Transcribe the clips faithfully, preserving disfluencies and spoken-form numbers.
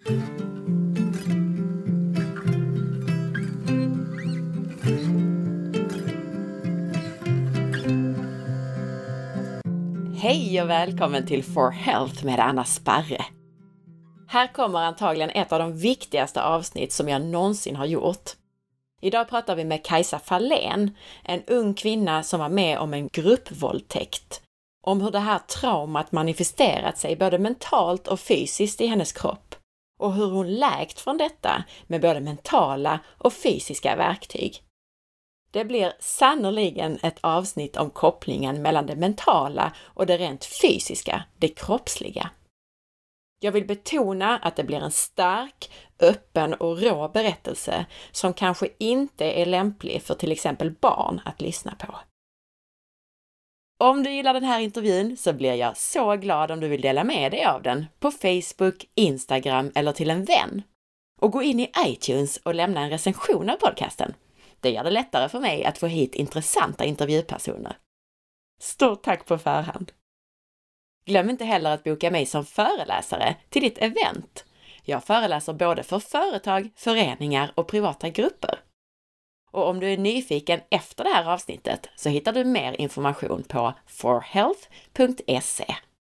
Hej och välkommen till For Health med Anna Sparre. Här kommer antagligen ett av de viktigaste avsnitt som jag någonsin har gjort. Idag pratar vi med Kajsa Fahlén, en ung kvinna som var med om en gruppvåldtäkt. Om hur det här traumat manifesterat sig både mentalt och fysiskt i hennes kropp. Och hur hon läkt från detta med både mentala och fysiska verktyg. Det blir sannoliken ett avsnitt om kopplingen mellan det mentala och det rent fysiska, det kroppsliga. Jag vill betona att det blir en stark, öppen och rå berättelse som kanske inte är lämplig för till exempel barn att lyssna på. Om du gillar den här intervjun så blir jag så glad om du vill dela med dig av den på Facebook, Instagram eller till en vän. Och gå in i iTunes och lämna en recension av podcasten. Det gör det lättare för mig att få hit intressanta intervjupersoner. Stort tack på förhand! Glöm inte heller att boka mig som föreläsare till ditt event. Jag föreläser både för företag, föreningar och privata grupper. Och om du är nyfiken efter det här avsnittet så hittar du mer information på for health punkt se.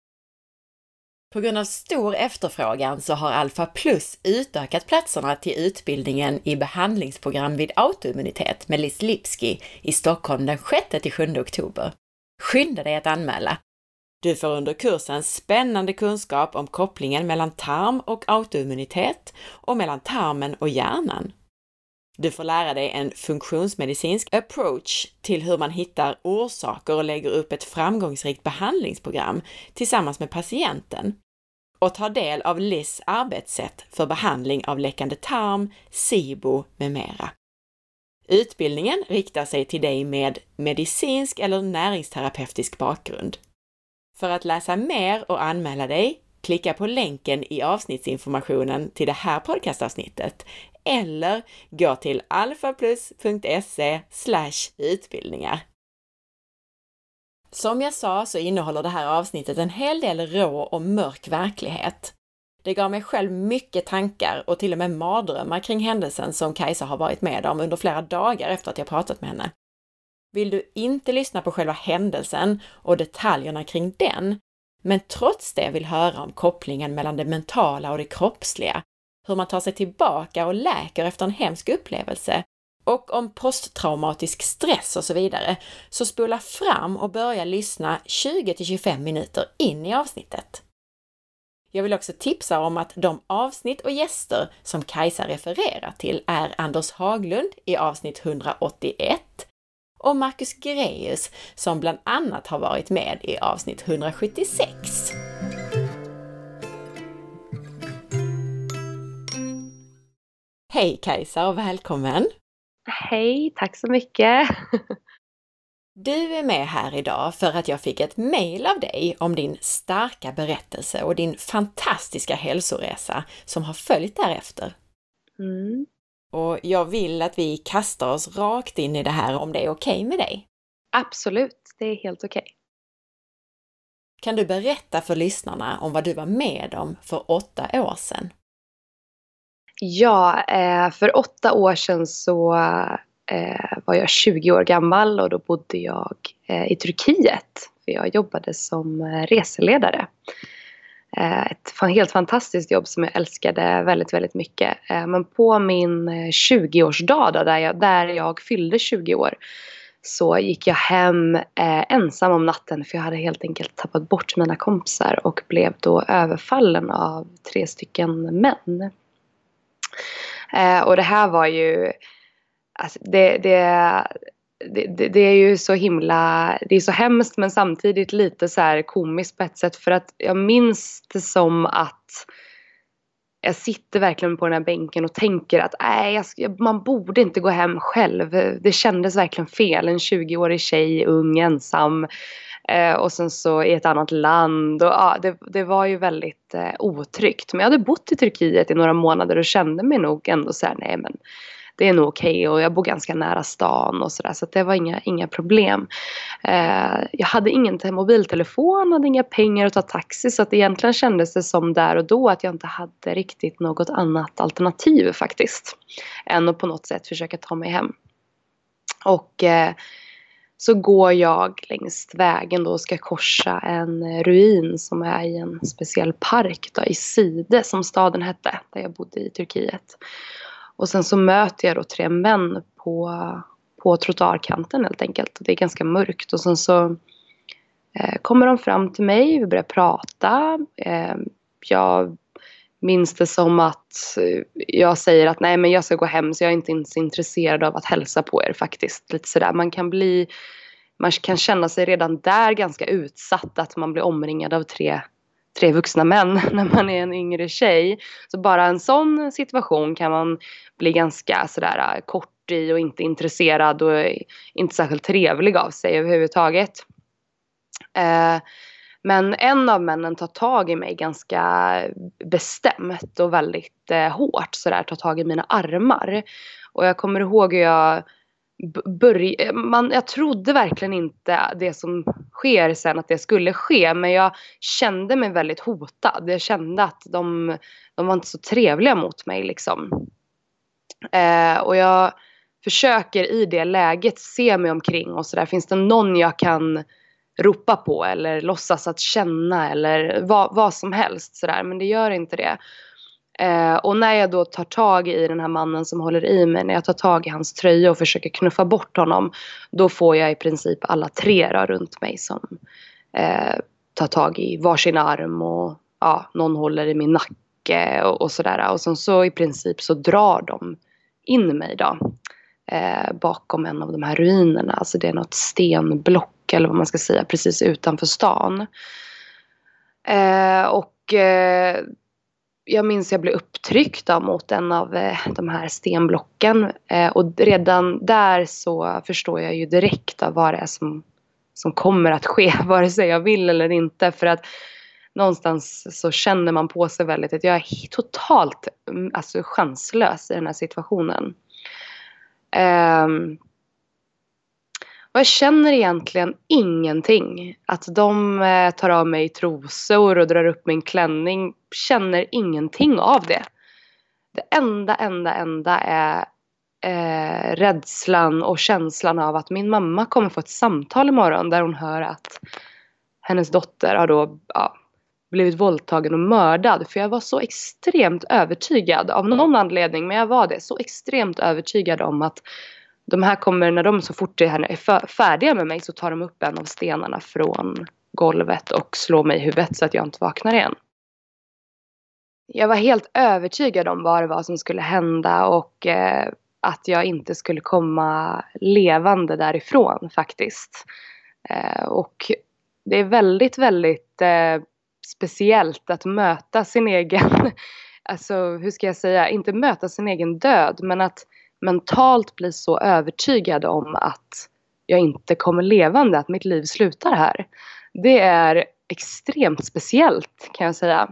På grund av stor efterfrågan så har Alpha Plus utökat platserna till utbildningen i behandlingsprogram vid autoimmunitet med Liz Lipski i Stockholm den sjätte till sjunde oktober. Skynda dig att anmäla! Du får under kursen spännande kunskap om kopplingen mellan tarm och autoimmunitet och mellan tarmen och hjärnan. Du får lära dig en funktionsmedicinsk approach till hur man hittar orsaker och lägger upp ett framgångsrikt behandlingsprogram tillsammans med patienten och tar del av Liz arbetssätt för behandling av läckande tarm, SIBO med mera. Utbildningen riktar sig till dig med medicinsk eller näringsterapeutisk bakgrund. För att läsa mer och anmäla dig, klicka på länken i avsnittsinformationen till det här podcastavsnittet eller gå till alfaplus punkt se slash utbildningar. Som jag sa så innehåller det här avsnittet en hel del rå och mörk verklighet. Det gav mig själv mycket tankar och till och med mardrömmar kring händelsen som Kajsa har varit med om under flera dagar efter att jag pratat med henne. Vill du inte lyssna på själva händelsen och detaljerna kring den, men trots det vill höra om kopplingen mellan det mentala och det kroppsliga, hur man tar sig tillbaka och läker efter en hemsk upplevelse och om posttraumatisk stress och så vidare, så spola fram och börja lyssna tjugo till tjugofem minuter in i avsnittet. Jag vill också tipsa om att de avsnitt och gäster som Kajsa refererar till är Anders Haglund i avsnitt hundraåttioett och Marcus Greus som bland annat har varit med i avsnitt hundrasjuttiosex. Hej Kajsa och välkommen! Hej, tack så mycket! Du är med här idag för att jag fick ett mejl av dig om din starka berättelse och din fantastiska hälsoresa som har följt därefter. Mm. Och jag vill att vi kastar oss rakt in i det här om det är okej med dig. Absolut, det är helt okej. Kan du berätta för lyssnarna om vad du var med om för åtta år sedan? Ja, eh, för åtta år sedan så eh, var jag tjugo år gammal och då bodde jag eh, i Turkiet. För jag jobbade som reseledare. Eh, ett fan, helt fantastiskt jobb som jag älskade väldigt, väldigt mycket. Eh, men på min tjugoårsdag då, där jag, där jag fyllde tjugo år, så gick jag hem eh, ensam om natten för jag hade helt enkelt tappat bort mina kompisar och blev då överfallen av tre stycken män. Eh, och det här var ju, alltså det, det, det, det är ju så himla, det är så hemskt men samtidigt lite så här komiskt på ett sätt, för att jag minns det som att jag sitter verkligen på den här bänken och tänker att nej, jag, man borde inte gå hem själv. Det kändes verkligen fel, en tjugoårig tjej, ung, ensam. Eh, och sen så i ett annat land. Och, ja, det, det var ju väldigt eh, otryggt. Men jag hade bott i Turkiet i några månader och kände mig nog ändå så här, nej men det är nog okej, och jag bor ganska nära stan och sådär, så att det var inga, inga problem. Eh, jag hade ingen te- mobiltelefon, hade inga pengar att ta taxi, så att egentligen kändes det som där och då att jag inte hade riktigt något annat alternativ faktiskt, än att på något sätt försöka ta mig hem. Och eh, så går jag längs vägen då och ska korsa en ruin som är i en speciell park då, i Side, som staden hette, där jag bodde i Turkiet. Och sen så möter jag då tre män på, på trottoarkanten helt enkelt. Det är ganska mörkt, och sen så eh, kommer de fram till mig, vi börjar prata. Eh, jag minns det som att jag säger att nej, men jag ska gå hem, så jag är inte ens intresserad av att hälsa på er faktiskt. Lite sådär, man kan bli, man kan känna sig redan där ganska utsatt, att man blir omringad av tre, tre vuxna män när man är en yngre tjej. Så bara en sån situation kan man bli ganska sådär kort i och inte intresserad och inte särskilt trevlig av sig överhuvudtaget. Eh, Men en av männen tar tag i mig ganska bestämt och väldigt eh, hårt. Sådär, tar tag i mina armar. Och jag kommer ihåg hur jag började. Man, jag trodde verkligen inte det som sker sen att det skulle ske. Men jag kände mig väldigt hotad. Jag kände att de, de var inte så trevliga mot mig liksom. Eh, och jag försöker i det läget se mig omkring och sådär. Finns det någon jag kan ropa på eller låtsas att känna eller vad, vad som helst sådär, men det gör inte det. Eh, och när jag då tar tag i den här mannen som håller i mig, när jag tar tag i hans tröja och försöker knuffa bort honom, då får jag i princip alla tre då runt mig som eh, tar tag i varsin arm, och ja, någon håller i min nacke och, och sådär, och sen så i princip så drar de in mig då eh, bakom en av de här ruinerna. Alltså det är något stenblock eller vad man ska säga, precis utanför stan. Eh, och eh, jag minns jag blev upptryckt då, mot en av eh, de här stenblocken. Eh, och redan där så förstår jag ju direkt då, vad det är som, som kommer att ske, vare sig jag vill eller inte. För att någonstans så känner man på sig väldigt att jag är totalt alltså, chanslös i den här situationen. Eh, Och jag känner egentligen ingenting. Att de eh, tar av mig trosor och drar upp min klänning. Känner ingenting av det. Det enda, enda, enda är eh, rädslan och känslan av att min mamma kommer få ett samtal imorgon. Där hon hör att hennes dotter har då ja, blivit våldtagen och mördad. För jag var så extremt övertygad av någon anledning. Men jag var det så extremt övertygad om att de här kommer, när de så fort är färdiga med mig, så tar de upp en av stenarna från golvet och slår mig i huvudet så att jag inte vaknar igen. Jag var helt övertygad om vad det var som skulle hända, och eh, att jag inte skulle komma levande därifrån faktiskt. Eh, och det är väldigt, väldigt eh, speciellt att möta sin egen, alltså hur ska jag säga, inte möta sin egen död, men att mentalt bli så övertygad om att jag inte kommer levande, att mitt liv slutar här. Det är extremt speciellt, kan jag säga.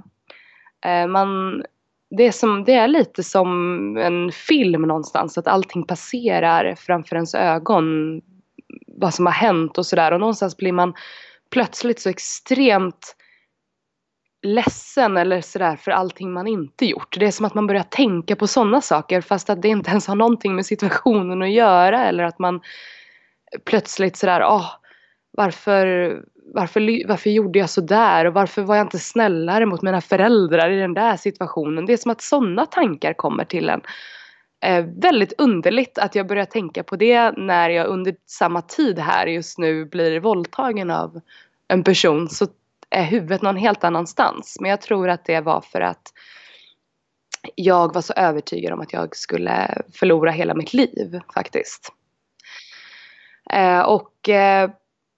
Man, det, är som, det är lite som en film någonstans, att allting passerar framför ens ögon, vad som har hänt och sådär. Och någonstans blir man plötsligt så extremt ledsen eller sådär för allting man inte gjort. Det är som att man börjar tänka på sådana saker, fast att det inte ens har någonting med situationen att göra. Eller att man plötsligt sådär, åh, oh, varför, varför, varför gjorde jag så där? Och varför var jag inte snällare mot mina föräldrar i den där situationen? Det är som att sådana tankar kommer till en. Eh, väldigt underligt att jag börjar tänka på det när jag under samma tid här just nu blir våldtagen av en person. Så är huvudet någon helt annanstans. Men jag tror att det var för att jag var så övertygad om att jag skulle förlora hela mitt liv faktiskt. Eh, och eh,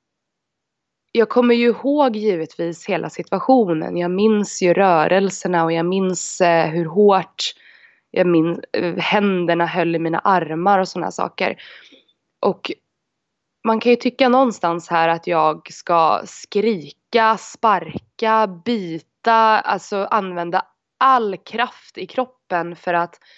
jag kommer ju ihåg givetvis hela situationen. Jag minns ju rörelserna och jag minns eh, hur hårt jag minns, eh, händerna höll i mina armar och sådana saker. Och man kan ju tycka någonstans här att jag ska skrika, sparka, bita, alltså använda all kraft i kroppen för att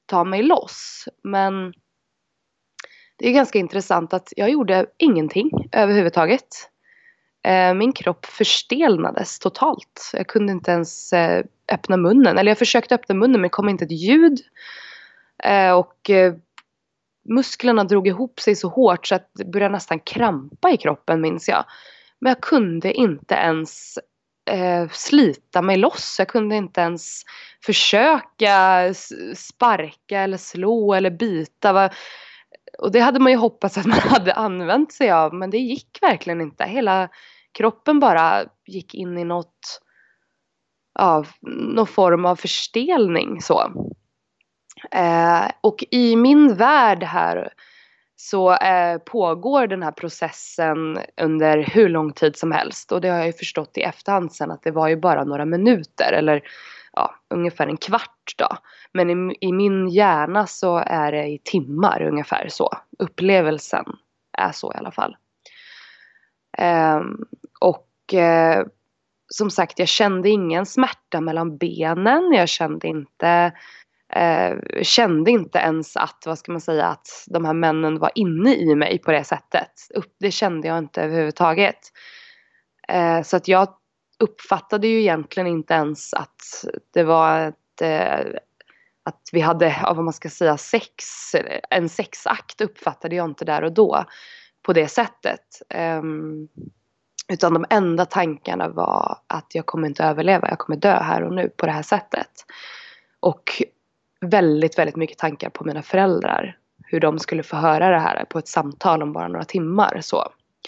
ta mig loss. Men det är ganska intressant att jag gjorde ingenting överhuvudtaget. Min kropp förstelnades totalt. Jag kunde inte ens öppna munnen. Eller jag försökte öppna munnen men det kom inte ett ljud. Och musklerna drog ihop sig så hårt så att det började nästan krampa i kroppen, minns jag. Men jag kunde inte ens eh, slita mig loss. Jag kunde inte ens försöka sparka eller slå eller bita. Och det hade man ju hoppats att man hade använt sig av. Men det gick verkligen inte. Hela kroppen bara gick in i något, ja, någon form av förstelning så. Eh, och i min värld här så eh, pågår den här processen under hur lång tid som helst. Och det har jag ju förstått i efterhand sen att det var ju bara några minuter eller ja, ungefär en kvart då. Men i, i min hjärna så är det i timmar ungefär så. Upplevelsen är så i alla fall. Eh, och eh, som sagt, jag kände ingen smärta mellan benen. Jag kände inte... Eh, kände inte ens att, vad ska man säga, att de här männen var inne i mig på det sättet. Upp, det kände jag inte överhuvudtaget. Eh, så att jag uppfattade ju egentligen inte ens att det var ett, eh, att vi hade, ja, vad man ska säga, sex, en sexakt uppfattade jag inte där och då på det sättet. Eh, utan de enda tankarna var att jag kommer inte överleva, jag kommer dö här och nu på det här sättet. Och väldigt, väldigt mycket tankar på mina föräldrar. Hur de skulle få höra det här på ett samtal om bara några timmar. Så.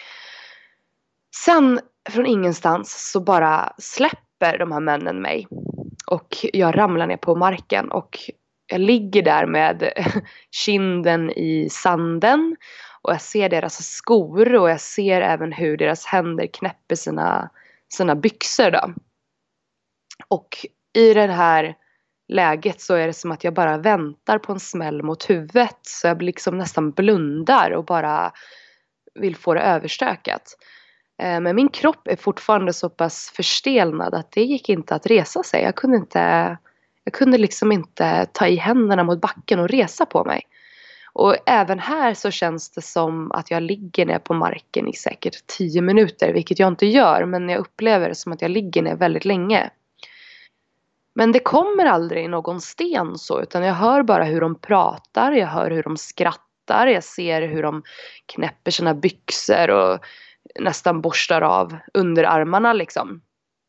Sen från ingenstans så bara släpper de här männen mig. Och jag ramlar ner på marken. Och jag ligger där med kinden i sanden. Och jag ser deras skor. Och jag ser även hur deras händer knäpper sina, sina byxor då. Och i den här läget så är det som att jag bara väntar på en smäll mot huvudet. Så jag liksom nästan blundar och bara vill få det överstökat. Men min kropp är fortfarande så pass förstelnad att det gick inte att resa sig. Jag kunde inte, jag kunde liksom inte ta i händerna mot backen och resa på mig. Och även här så känns det som att jag ligger ner på marken i säkert tio minuter. Vilket jag inte gör, men jag upplever det som att jag ligger ner väldigt länge. Men det kommer aldrig någon sten så, utan jag hör bara hur de pratar, jag hör hur de skrattar, jag ser hur de knäpper sina byxor och nästan borstar av underarmarna liksom.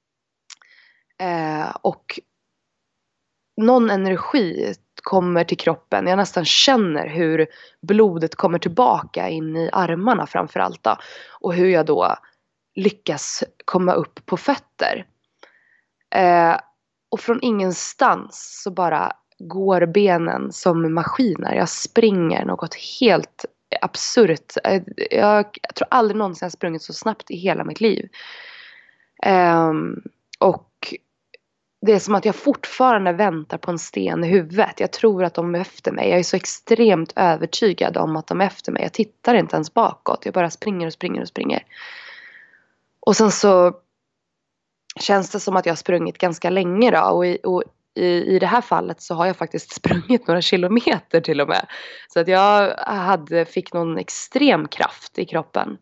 Eh, och någon energi kommer till kroppen, jag nästan känner hur blodet kommer tillbaka in i armarna framförallt då. Och hur jag då lyckas komma upp på fötter. Eh, Och från ingenstans så bara går benen som maskiner. Jag springer något helt absurt. Jag, jag tror aldrig någonsin jag sprungit så snabbt i hela mitt liv. Um, och det är som att jag fortfarande väntar på en sten i huvudet. Jag tror att de är efter mig. Jag är så extremt övertygad om att de är efter mig. Jag tittar inte ens bakåt. Jag bara springer och springer och springer. Och sen så känns det som att jag har sprungit ganska länge då. Och, i, och i, i det här fallet så har jag faktiskt sprungit några kilometer till och med. Så att jag hade, fick någon extrem kraft i kroppen.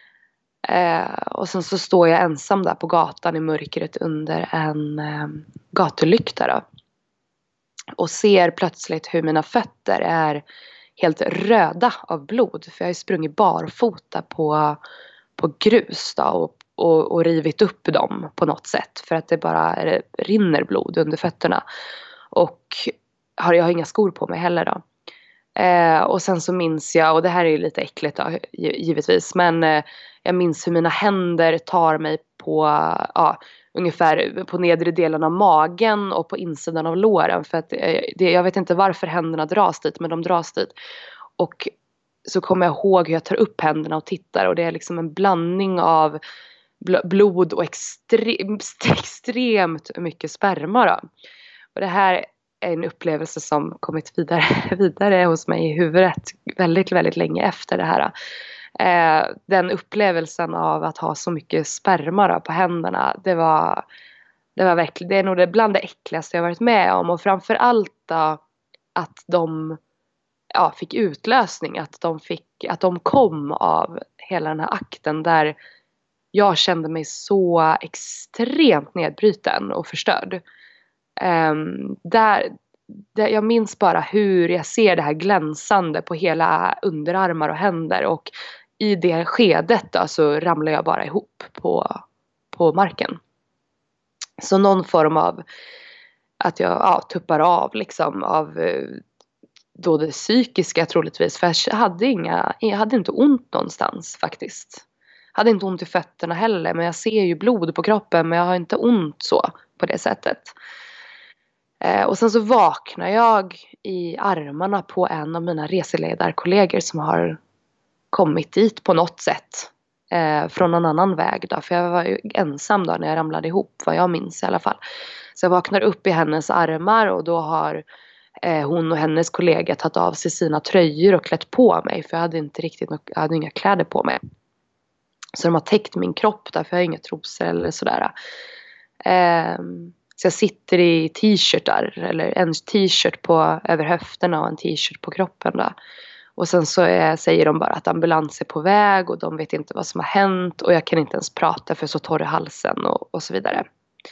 Eh, och sen så står jag ensam där på gatan i mörkret under en eh, gatulykta då. Och ser plötsligt hur mina fötter är helt röda av blod. För jag har ju sprungit barfota på, på grus då. Och Och, och rivit upp dem på något sätt. För att det bara det rinner blod under fötterna. Och har, jag har inga skor på mig heller då. Eh, och sen så minns jag, och det här är ju lite äckligt då, givetvis. Men eh, jag minns hur mina händer tar mig på, ja, ungefär på nedre delen av magen och på insidan av låren. För att eh, det, jag vet inte varför händerna dras dit, men de dras dit. Och så kommer jag ihåg hur jag tar upp händerna och tittar. Och det är liksom en blandning av blod och extremt, extremt mycket sperma då. Och det här är en upplevelse som kommit vidare, vidare hos mig i huvudet väldigt, väldigt länge efter det här. Eh, den upplevelsen av att ha så mycket sperma då på händerna, det var, det var verkligen, det är nog det bland det äckligaste jag varit med om. Och framförallt då, att de ja, fick utlösning. Att de, fick, att de kom av hela den här akten där jag kände mig så extremt nedbruten och förstörd. Um, där, där jag minns bara hur jag ser det här glänsande på hela underarmar och händer. Och i det skedet då, så ramlar jag bara ihop på, på marken. Så någon form av att jag ja, tuppar av liksom av då det psykiska troligtvis. För jag hade, inga, jag hade inte ont någonstans faktiskt. Jag hade inte ont i fötterna heller. Men jag ser ju blod på kroppen. Men jag har inte ont så på det sättet. Eh, och sen så vaknar jag i armarna på en av mina reseledarkollegor som har kommit dit på något sätt. Eh, från en annan väg då. För jag var ju ensam då när jag ramlade ihop. Vad jag minns i alla fall. Så jag vaknar upp i hennes armar. Och då har eh, hon och hennes kollega tagit av sig sina tröjor och klätt på mig. För jag hade inte riktigt något, jag hade inga kläder på mig. Så de har täckt min kropp där. För jag har inga trosor eller sådär. Eh, så jag sitter i t-shirtar. Eller en t-shirt på över höfterna och en t-shirt på kroppen då. Och sen så är, säger de bara att ambulans är på väg. Och de vet inte vad som har hänt. Och jag kan inte ens prata för så torr i halsen. Och, och så vidare.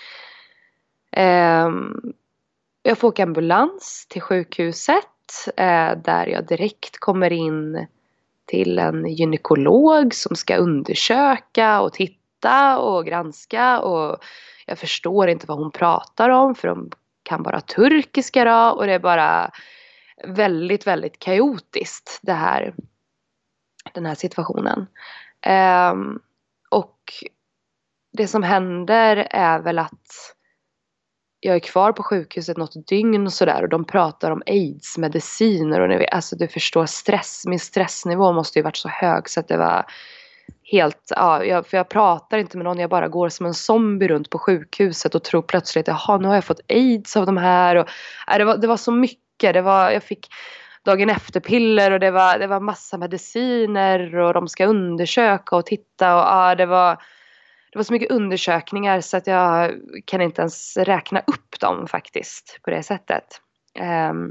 Eh, jag får åka ambulans till sjukhuset. Eh, där jag direkt kommer in till en gynekolog. Som ska undersöka och titta och granska. Och jag förstår inte vad hon pratar om. För de kan bara turkiska då. Och det är bara väldigt, väldigt kaotiskt det här, den här situationen. Um, och det som händer är väl att jag är kvar på sjukhuset något dygn och sådär. Och de pratar om aids-mediciner. Och ni vet, alltså du förstår stress. Min stressnivå måste ju varit så hög så att det var helt, ja, jag, för jag pratar inte med någon. Jag bara går som en zombie runt på sjukhuset och tror plötsligt, jaha, nu har jag fått aids av de här. Och, äh, det, var, det var så mycket. Det var, jag fick dagen efter piller och det var, det var massa mediciner och de ska undersöka och titta. Och, ja, det, var, det var så mycket undersökningar så att jag kan inte ens räkna upp dem faktiskt på det sättet. Um,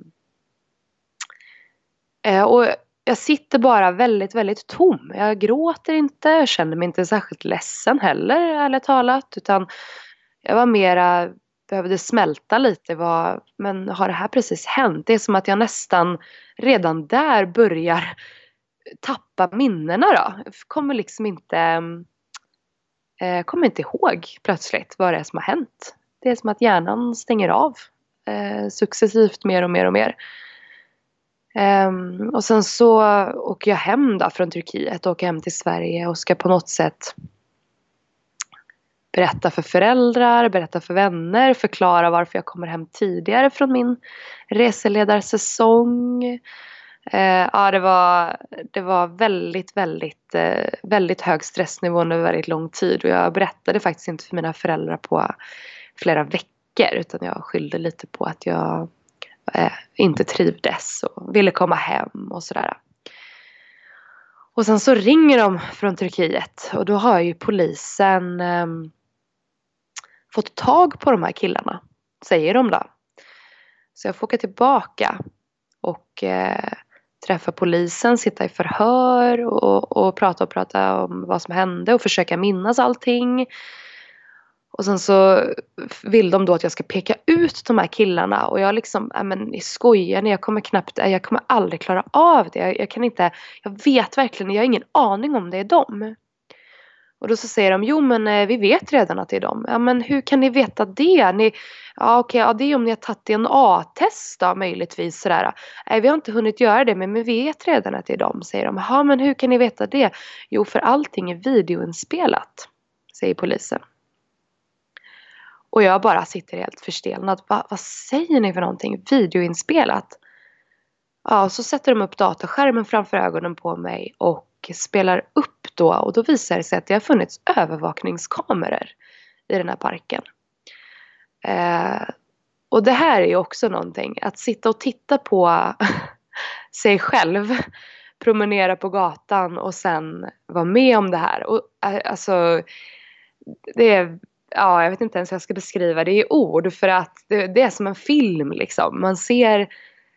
och jag sitter bara väldigt, väldigt tom. Jag gråter inte. Jag känner mig inte särskilt ledsen heller, ärligt talat. Utan jag var mera, behövde smälta lite. Var, men har det här precis hänt? Det är som att jag nästan redan där börjar tappa minnena då. Jag kommer liksom inte, eh, kommer inte ihåg plötsligt vad det är som har hänt. Det är som att hjärnan stänger av eh, successivt mer och mer och mer. Um, och sen så åker jag hem då från Turkiet, åker hem till Sverige och ska på något sätt berätta för föräldrar, berätta för vänner, förklara varför jag kommer hem tidigare från min reseledarsäsong. Uh, ja, det var, det var väldigt, väldigt, uh, väldigt hög stressnivå under väldigt lång tid och jag berättade faktiskt inte för mina föräldrar på flera veckor utan jag skyllde lite på att jag Eh, inte trivdes och ville komma hem och sådär. Och sen så ringer de från Turkiet och då har ju polisen eh, fått tag på de här killarna, säger de då. Så jag får åka tillbaka och eh, träffa polisen, sitta i förhör och, och prata och prata om vad som hände och försöka minnas allting. Och sen så vill de då att jag ska peka ut de här killarna. Och jag liksom, ja men ni skojar ni, jag kommer knappt, jag kommer aldrig klara av det. Jag, jag kan inte, jag vet verkligen, jag har ingen aning om det är dem. Och då så säger de, jo men vi vet redan att det är dem. Ja men hur kan ni veta det? Ni, ja okej, ja det är om ni har tagit D N A-test då möjligtvis sådär. Nej vi har inte hunnit göra det men vi vet redan att det är dem, säger de. Ja men hur kan ni veta det? Jo för allting är videoinspelat, säger polisen. Och jag bara sitter helt förstelnad. Va, vad säger ni för någonting? Videoinspelat? Ja, så sätter de upp dataskärmen framför ögonen på mig. Och spelar upp då. Och då visar det sig att det har funnits övervakningskameror i den här parken. Eh, och det här är ju också någonting. Att sitta och titta på sig själv. Promenera på gatan och sen vara med om det här. Och alltså, det är... Ja, jag vet inte ens hur jag ska beskriva det i ord för att det, det är som en film liksom. Man ser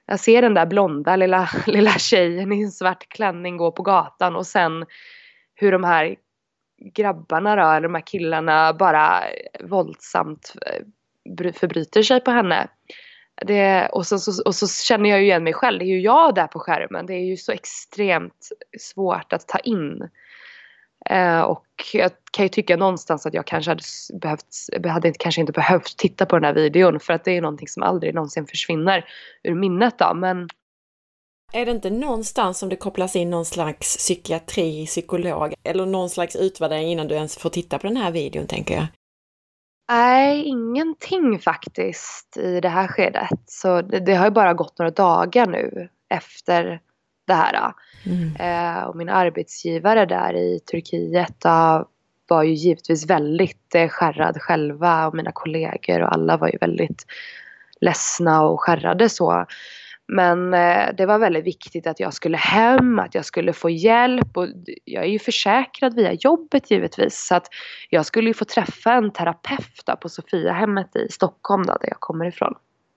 Jag ser den där blonda lilla, lilla tjejen i en svart klänning gå på gatan. Och sen hur de här grabbarna då, eller de här killarna bara våldsamt förbryter sig på henne. Det, och, så, så, och så känner jag ju igen mig själv. Det är ju jag där på skärmen. Det är ju så extremt svårt att ta in. Eh, och jag kan ju tycka någonstans att jag kanske hade behövt, hade kanske inte behövt titta på den här videon. För att det är någonting som aldrig någonsin försvinner ur minnet då. Men är det inte någonstans som det kopplas in någon slags psykiatri, psykolog eller någon slags utvärdering innan du ens får titta på den här videon, tänker jag? Nej, ingenting faktiskt i det här skedet. Så det, det har ju bara gått några dagar nu efter det här. Mm. Eh, och min arbetsgivare där i Turkiet uh, var ju givetvis väldigt eh, skärrad själva. Och mina kollegor och alla var ju väldigt ledsna och skärrade så. Men eh, det var väldigt viktigt att jag skulle hem, att jag skulle få hjälp. Och jag är ju försäkrad via jobbet givetvis. Så att jag skulle ju få träffa en terapeut då, på Sofiahemmet i Stockholm då, där jag kommer ifrån.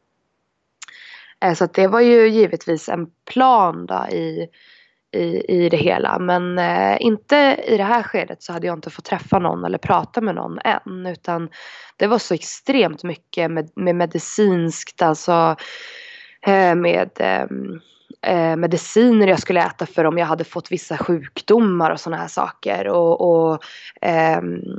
Eh, så att det var ju givetvis en plan då i, i, i det hela. Men eh, inte i det här skedet så hade jag inte fått träffa någon eller prata med någon än. Utan det var så extremt mycket med, med medicinskt, alltså... med eh, mediciner jag skulle äta för om jag hade fått vissa sjukdomar och såna här saker. Och, och eh,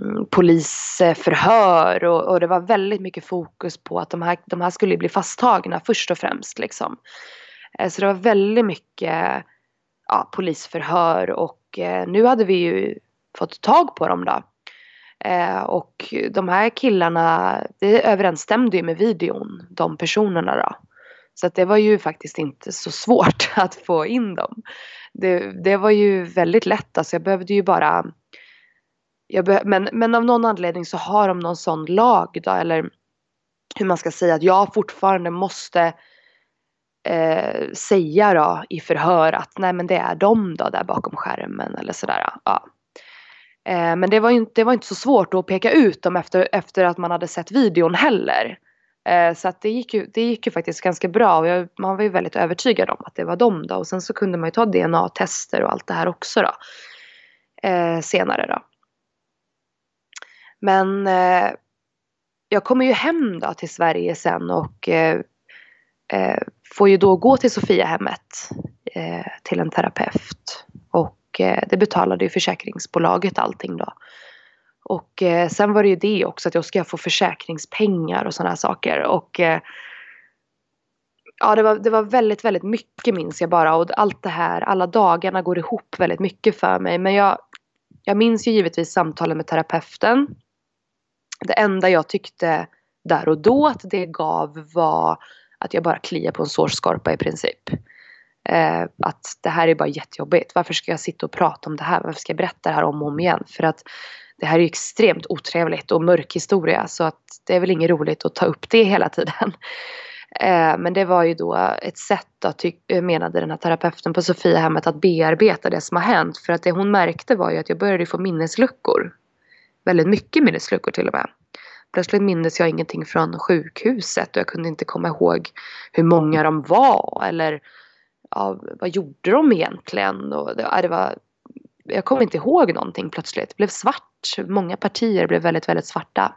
polisförhör. Och, och det var väldigt mycket fokus på att de här, de här skulle bli fasttagna först och främst. Liksom. Eh, så det var väldigt mycket ja, polisförhör. Och eh, nu hade vi ju fått tag på dem då. Eh, och de här killarna, det överensstämde ju med videon, de personerna då. Så att det var ju faktiskt inte så svårt att få in dem. Det, det var ju väldigt lätt. Alltså jag behövde ju bara... Jag be, men, men av någon anledning så har de någon sån lag då. Eller hur man ska säga. Att jag fortfarande måste eh, säga då i förhör att nej men det är de då där bakom skärmen. Eller sådär. Ja. Eh, men det var, ju, det var inte så svårt att peka ut dem efter, efter att man hade sett videon heller. Så att det gick ju, det gick ju faktiskt ganska bra. Och jag, man var ju väldigt övertygad om att det var dem då. Och sen så kunde man ju ta D N A-tester och allt det här också då. Eh, senare då. Men eh, jag kommer ju hem då till Sverige sen. Och eh, eh, får ju då gå till Sofiahemmet. Eh, till en terapeut. Och eh, det betalade ju försäkringsbolaget allting då. Och eh, sen var det ju det också att jag ska få försäkringspengar och sådana här saker. Och eh, ja, det var, det var väldigt, väldigt mycket minns jag bara. Och allt det här, alla dagarna går ihop väldigt mycket för mig. Men jag, jag minns ju givetvis samtalen med terapeuten. Det enda jag tyckte där och då att det gav var att jag bara kliar på en sårskorpa i princip. Eh, att det här är bara jättejobbigt. Varför ska jag sitta och prata om det här? Varför ska jag berätta det här om och om igen? För att det här är ju extremt otrevligt och mörk historia. Så att det är väl inget roligt att ta upp det hela tiden. Eh, men det var ju då ett sätt att ty- menade den här terapeuten på Sofiahemmet att bearbeta det som har hänt. För att det hon märkte var ju att jag började få minnesluckor. Väldigt mycket minnesluckor till och med. Plötsligt mindes jag ingenting från sjukhuset. Och jag kunde inte komma ihåg hur många de var. Eller ja, vad gjorde de egentligen? Och det, det var... Jag kommer inte ihåg någonting plötsligt. Det blev svart. Många partier blev väldigt, väldigt svarta.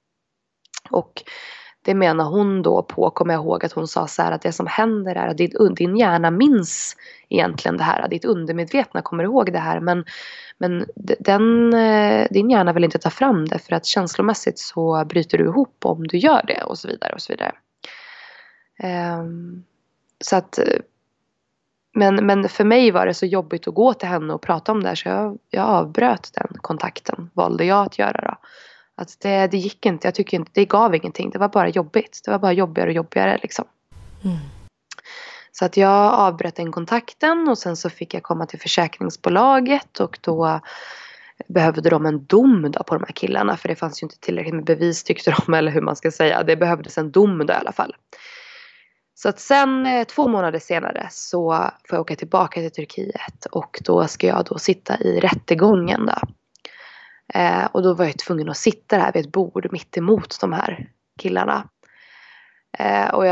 Och det menar hon då på, kommer jag ihåg att hon sa så här att det som händer är att din, din hjärna minns egentligen det här. Att ditt undermedvetna kommer ihåg det här. Men, men den, din hjärna vill inte ta fram det för att känslomässigt så bryter du ihop om du gör det och så vidare och så vidare. Um, så att... Men, men för mig var det så jobbigt att gå till henne och prata om det här så jag, jag avbröt den kontakten. Valde jag att göra då. Att det, det gick inte, jag tycker inte, det gav ingenting. Det var bara jobbigt. Det var bara jobbigare och jobbigare liksom. Mm. Så att jag avbröt den kontakten och sen så fick jag komma till försäkringsbolaget och då behövde de en dom då på de här killarna. För det fanns ju inte tillräckligt med bevis tyckte de eller hur man ska säga. Det behövdes en dom då i alla fall. Så att sen eh, två månader senare så får jag åka tillbaka till Turkiet. Och då ska jag då sitta i rättegången då. Eh, och då var jag tvungen att sitta där vid ett bord mitt emot de här killarna. Eh, och jag sitter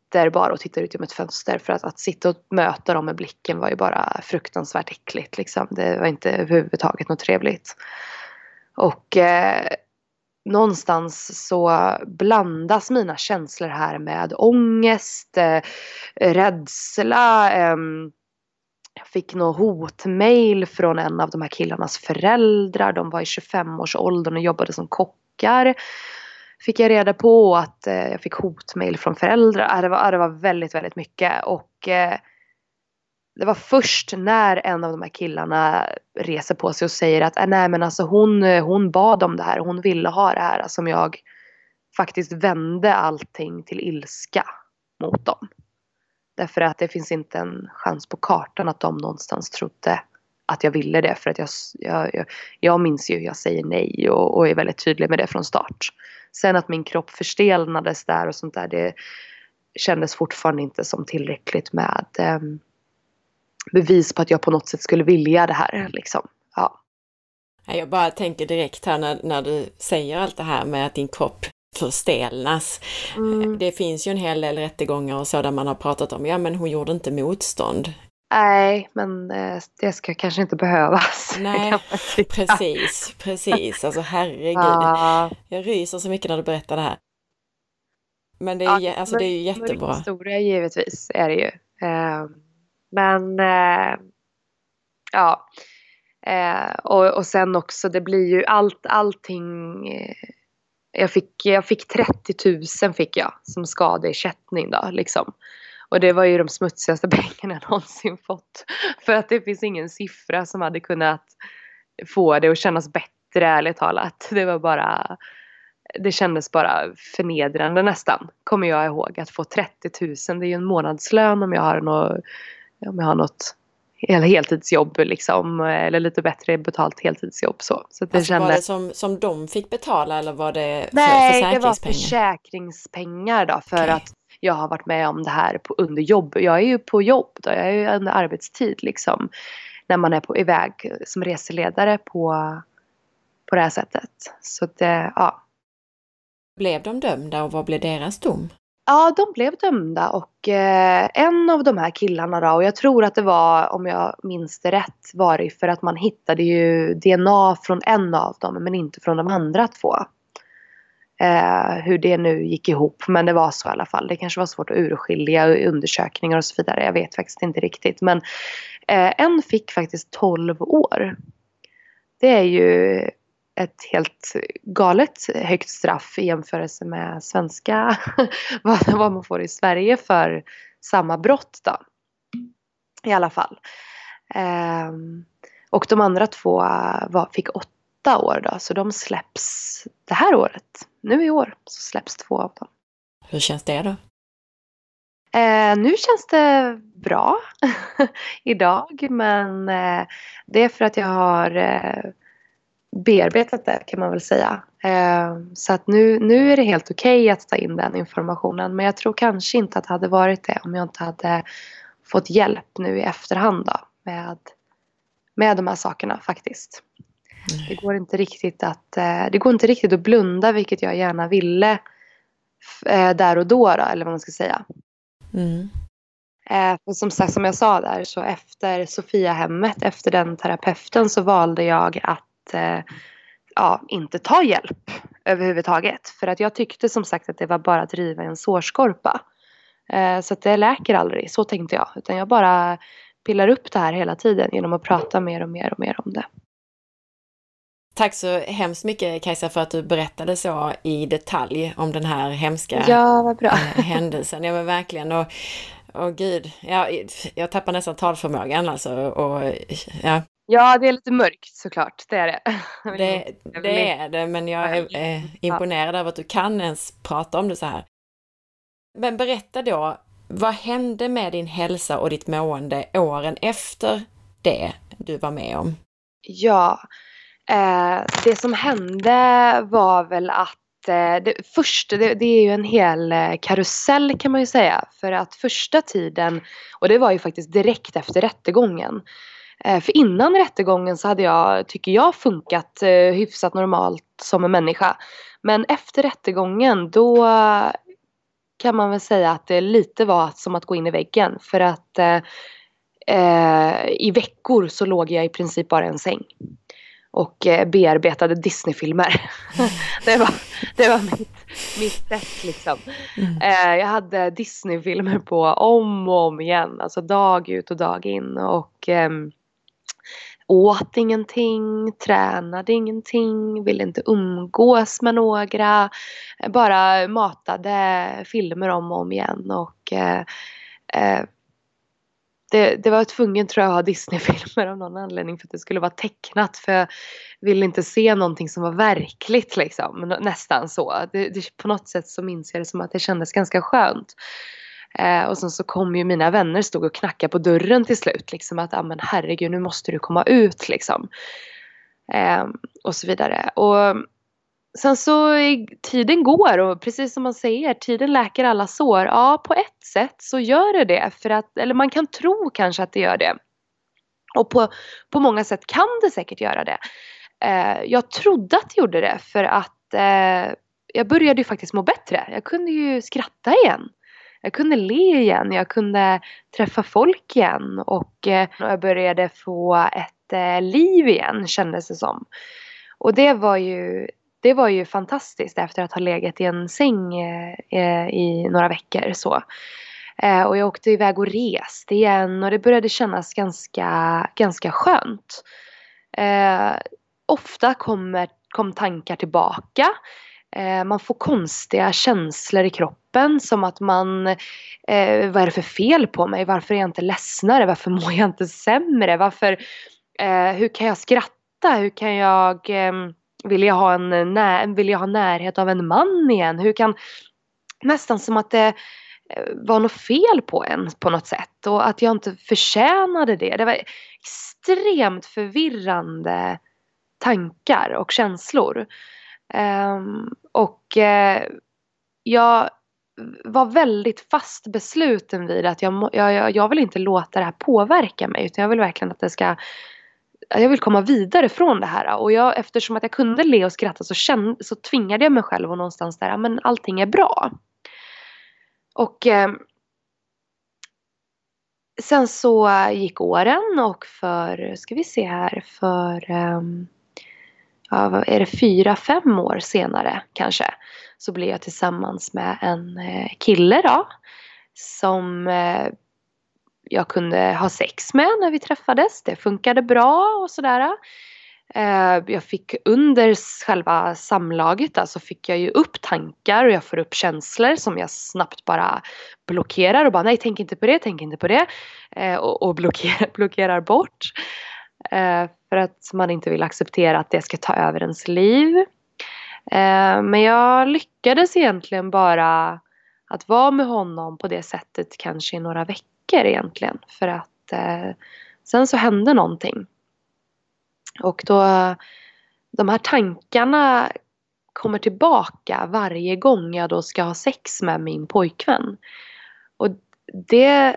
sitter bara och tittar ut genom ett fönster. För att, att sitta och möta dem med blicken var ju bara fruktansvärt äckligt. Liksom. Det var inte överhuvudtaget något trevligt. Och eh, någonstans så blandas mina känslor här med ångest, eh, rädsla. Eh, jag fick något hotmail från en av de här killarnas föräldrar. De var i tjugofem-årsåldern och jobbade som kockar. Fick jag reda på att eh, jag fick hotmail från föräldrar. Äh, det, var, äh, det var väldigt, väldigt mycket. Och eh, det var först när en av de här killarna reser på sig och säger att äh, nej men alltså hon, hon bad om det här. Hon ville ha det här. Som jag faktiskt vände allting till ilska mot dem. Därför att det finns inte en chans på kartan att de någonstans trodde att jag ville det. För att jag, jag, jag, jag minns ju, jag säger nej och, och är väldigt tydlig med det från start. Sen att min kropp förstelnades där och sånt där, det kändes fortfarande inte som tillräckligt med eh, bevis på att jag på något sätt skulle vilja det här. Liksom. Ja. Jag bara tänker direkt här när, när du säger allt det här med att din kropp förstelnas. Mm. Det finns ju en hel del rättegångar och så där man har pratat om, ja men hon gjorde inte motstånd. Nej, men det ska kanske inte behövas. Nej, precis, precis. Alltså herregud. Ja. Jag ryser så mycket när du berättar det här. Men det är, ja, alltså, det är ju jättebra. Historia givetvis är det ju. Men ja. Och, och sen också, det blir ju allt, allting. Jag fick, jag fick trettio tusen fick jag som skadeersättning då, liksom. Och det var ju de smutsigaste pengarna jag någonsin fått. För att det finns ingen siffra som hade kunnat få det att kännas bättre, ärligt talat. Det var bara, det kändes bara förnedrande nästan. Kommer jag ihåg att få trettio tusen, det är ju en månadslön om jag har något, om jag har något heltidsjobb liksom. Eller lite bättre betalt heltidsjobb så. Så det alltså kändes... var det som, som de fick betala eller var det för, Nej, försäkringspengar? Nej, det var försäkringspengar då för okay. att jag har varit med om det här på, under jobb. Jag är ju på jobb då. Jag är ju under arbetstid liksom. När man är på iväg som reseledare på, på det här sättet. Så det, ja. Blev de dömda och vad blev deras dom? Ja, de blev dömda och eh, en av de här killarna då, och jag tror att det var, om jag minns det rätt, var det för att man hittade ju D N A från en av dem men inte från de andra två. Eh, hur det nu gick ihop, men det var så i alla fall. Det kanske var svårt att urskilja undersökningar och så vidare, jag vet faktiskt inte riktigt. Men eh, en fick faktiskt tolv år. Det är ju ett helt galet högt straff i jämförelse med svenska, vad, vad man får i Sverige för samma brott då. I alla fall. Eh, och de andra två var, fick åtta år då, så de släpps det här året. Nu i år så släpps två av dem. Hur känns det då? Eh, nu känns det bra idag, men eh, det är för att jag har eh, bearbetat det kan man väl säga. Eh, så att nu, nu är det helt okej att ta in den informationen, men jag tror kanske inte att det hade varit det om jag inte hade fått hjälp nu i efterhand då, med, med de här sakerna faktiskt. Mm. Det går inte riktigt att eh, det går inte riktigt att blunda, vilket jag gärna ville eh, där och då, då eller vad man ska säga. Mm. Eh, för som sagt, som jag sa där, så efter Sofiahemmet, efter den terapeuten, så valde jag att eh, ja, inte ta hjälp överhuvudtaget. För att jag tyckte som sagt att det var bara att riva en sårskorpa. Eh, så att det läker aldrig, så tänkte jag. Utan jag bara pillar upp det här hela tiden genom att prata mer och mer och mer om det. Tack så hemskt mycket, Kajsa, för att du berättade så i detalj om den här hemska ja, vad bra. händelsen. Ja, men verkligen. Och, och gud, ja, jag tappar nästan talförmågan alltså. Och, ja. ja, det är lite mörkt såklart, det är det. Det, det är det, men jag är eh, imponerad över att du kan ens prata om det så här. Men berätta då, vad hände med din hälsa och ditt mående åren efter det du var med om? Ja, Eh, det som hände var väl att eh, det, först, det, det är ju en hel eh, karusell kan man ju säga. För att första tiden, och det var ju faktiskt direkt efter rättegången. Eh, för innan rättegången så hade jag, tycker jag, funkat eh, hyfsat normalt som en människa. Men efter rättegången då kan man väl säga att det lite var som att gå in i väggen. För att eh, eh, i veckor så låg jag i princip bara i en säng. Och eh, bearbetade Disney-filmer. det var, det var mitt, mitt sätt liksom. Mm. Eh, jag hade Disney-filmer på om och om igen. Alltså dag ut och dag in. Och eh, åt ingenting, tränade ingenting, ville inte umgås med några. Bara matade filmer om och om igen. Och eh, eh, Det, det var tvungen tror jag att ha Disney-filmer av någon anledning för att det skulle vara tecknat. För jag ville inte se någonting som var verkligt liksom. Nästan så. Det, det, på något sätt så minns jag det som att det kändes ganska skönt. Eh, och sen så kom ju mina vänner stod och knackade på dörren till slut. Liksom att, ah, men herregud nu måste du komma ut liksom. Eh, och så vidare. Och sen så tiden går och precis som man säger, tiden läker alla sår. Ja, på ett sätt så gör det det. För att, eller man kan tro kanske att det gör det. Och på, på många sätt kan det säkert göra det. Eh, jag trodde att det gjorde det för att eh, jag började ju faktiskt må bättre. Jag kunde ju skratta igen. Jag kunde le igen. Jag kunde träffa folk igen. Och, eh, och jag började få ett eh, liv igen kändes det som. Och det var ju... Det var ju fantastiskt efter att ha legat i en säng eh, i några veckor så. Eh, och jag åkte iväg och reste igen och det började kännas ganska, ganska skönt. Eh, ofta kommer, kom tankar tillbaka. Eh, man får konstiga känslor i kroppen som att man, eh, vad är det för fel på mig? Varför är jag inte ledsnare? Varför mår jag inte sämre? Varför, eh, hur kan jag skratta? Hur kan jag... Eh, Vill jag, ha en när, vill jag ha närhet av en man igen? Hur kan... Nästan som att det var något fel på en på något sätt. Och att jag inte förtjänade det. Det var extremt förvirrande tankar och känslor. Um, och uh, jag var väldigt fast besluten vid att jag, jag, jag vill inte låta det här påverka mig. Utan jag vill verkligen att det ska... Jag vill komma vidare från det här. Och jag, eftersom att jag kunde le och skratta så, kände, så tvingade jag mig själv och någonstans där. Men allting är bra. Och eh, sen så gick åren. Och för, ska vi se här. För, eh, ja, vad är det, fyra, fem år senare kanske. Så blev jag tillsammans med en eh, kille då. Som... Eh, jag kunde ha sex med när vi träffades. Det funkade bra och sådär. Jag fick under själva samlaget så alltså fick jag ju upp tankar och jag får upp känslor som jag snabbt bara blockerar och bara nej, tänk inte på det, tänk inte på det. Och, och blockerar, blockerar bort. För att man inte vill acceptera att det ska ta över ens liv. Men jag lyckades egentligen bara att vara med honom på det sättet kanske i några veckor egentligen. För att eh, sen så hände någonting. Och då de här tankarna kommer tillbaka varje gång jag då ska ha sex med min pojkvän. Och det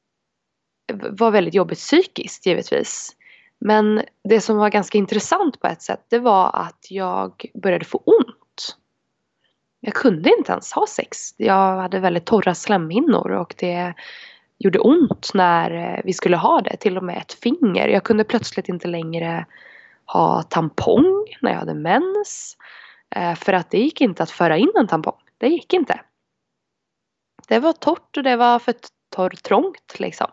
var väldigt jobbigt psykiskt givetvis. Men det som var ganska intressant på ett sätt, det var att jag började få ont. Jag kunde inte ens ha sex. Jag hade väldigt torra slemhinnor och det gjorde ont när vi skulle ha det. Till och med ett finger. Jag kunde plötsligt inte längre ha tampong när jag hade mens. För att det gick inte att föra in en tampong. Det gick inte. Det var torrt och det var för torr, trångt liksom.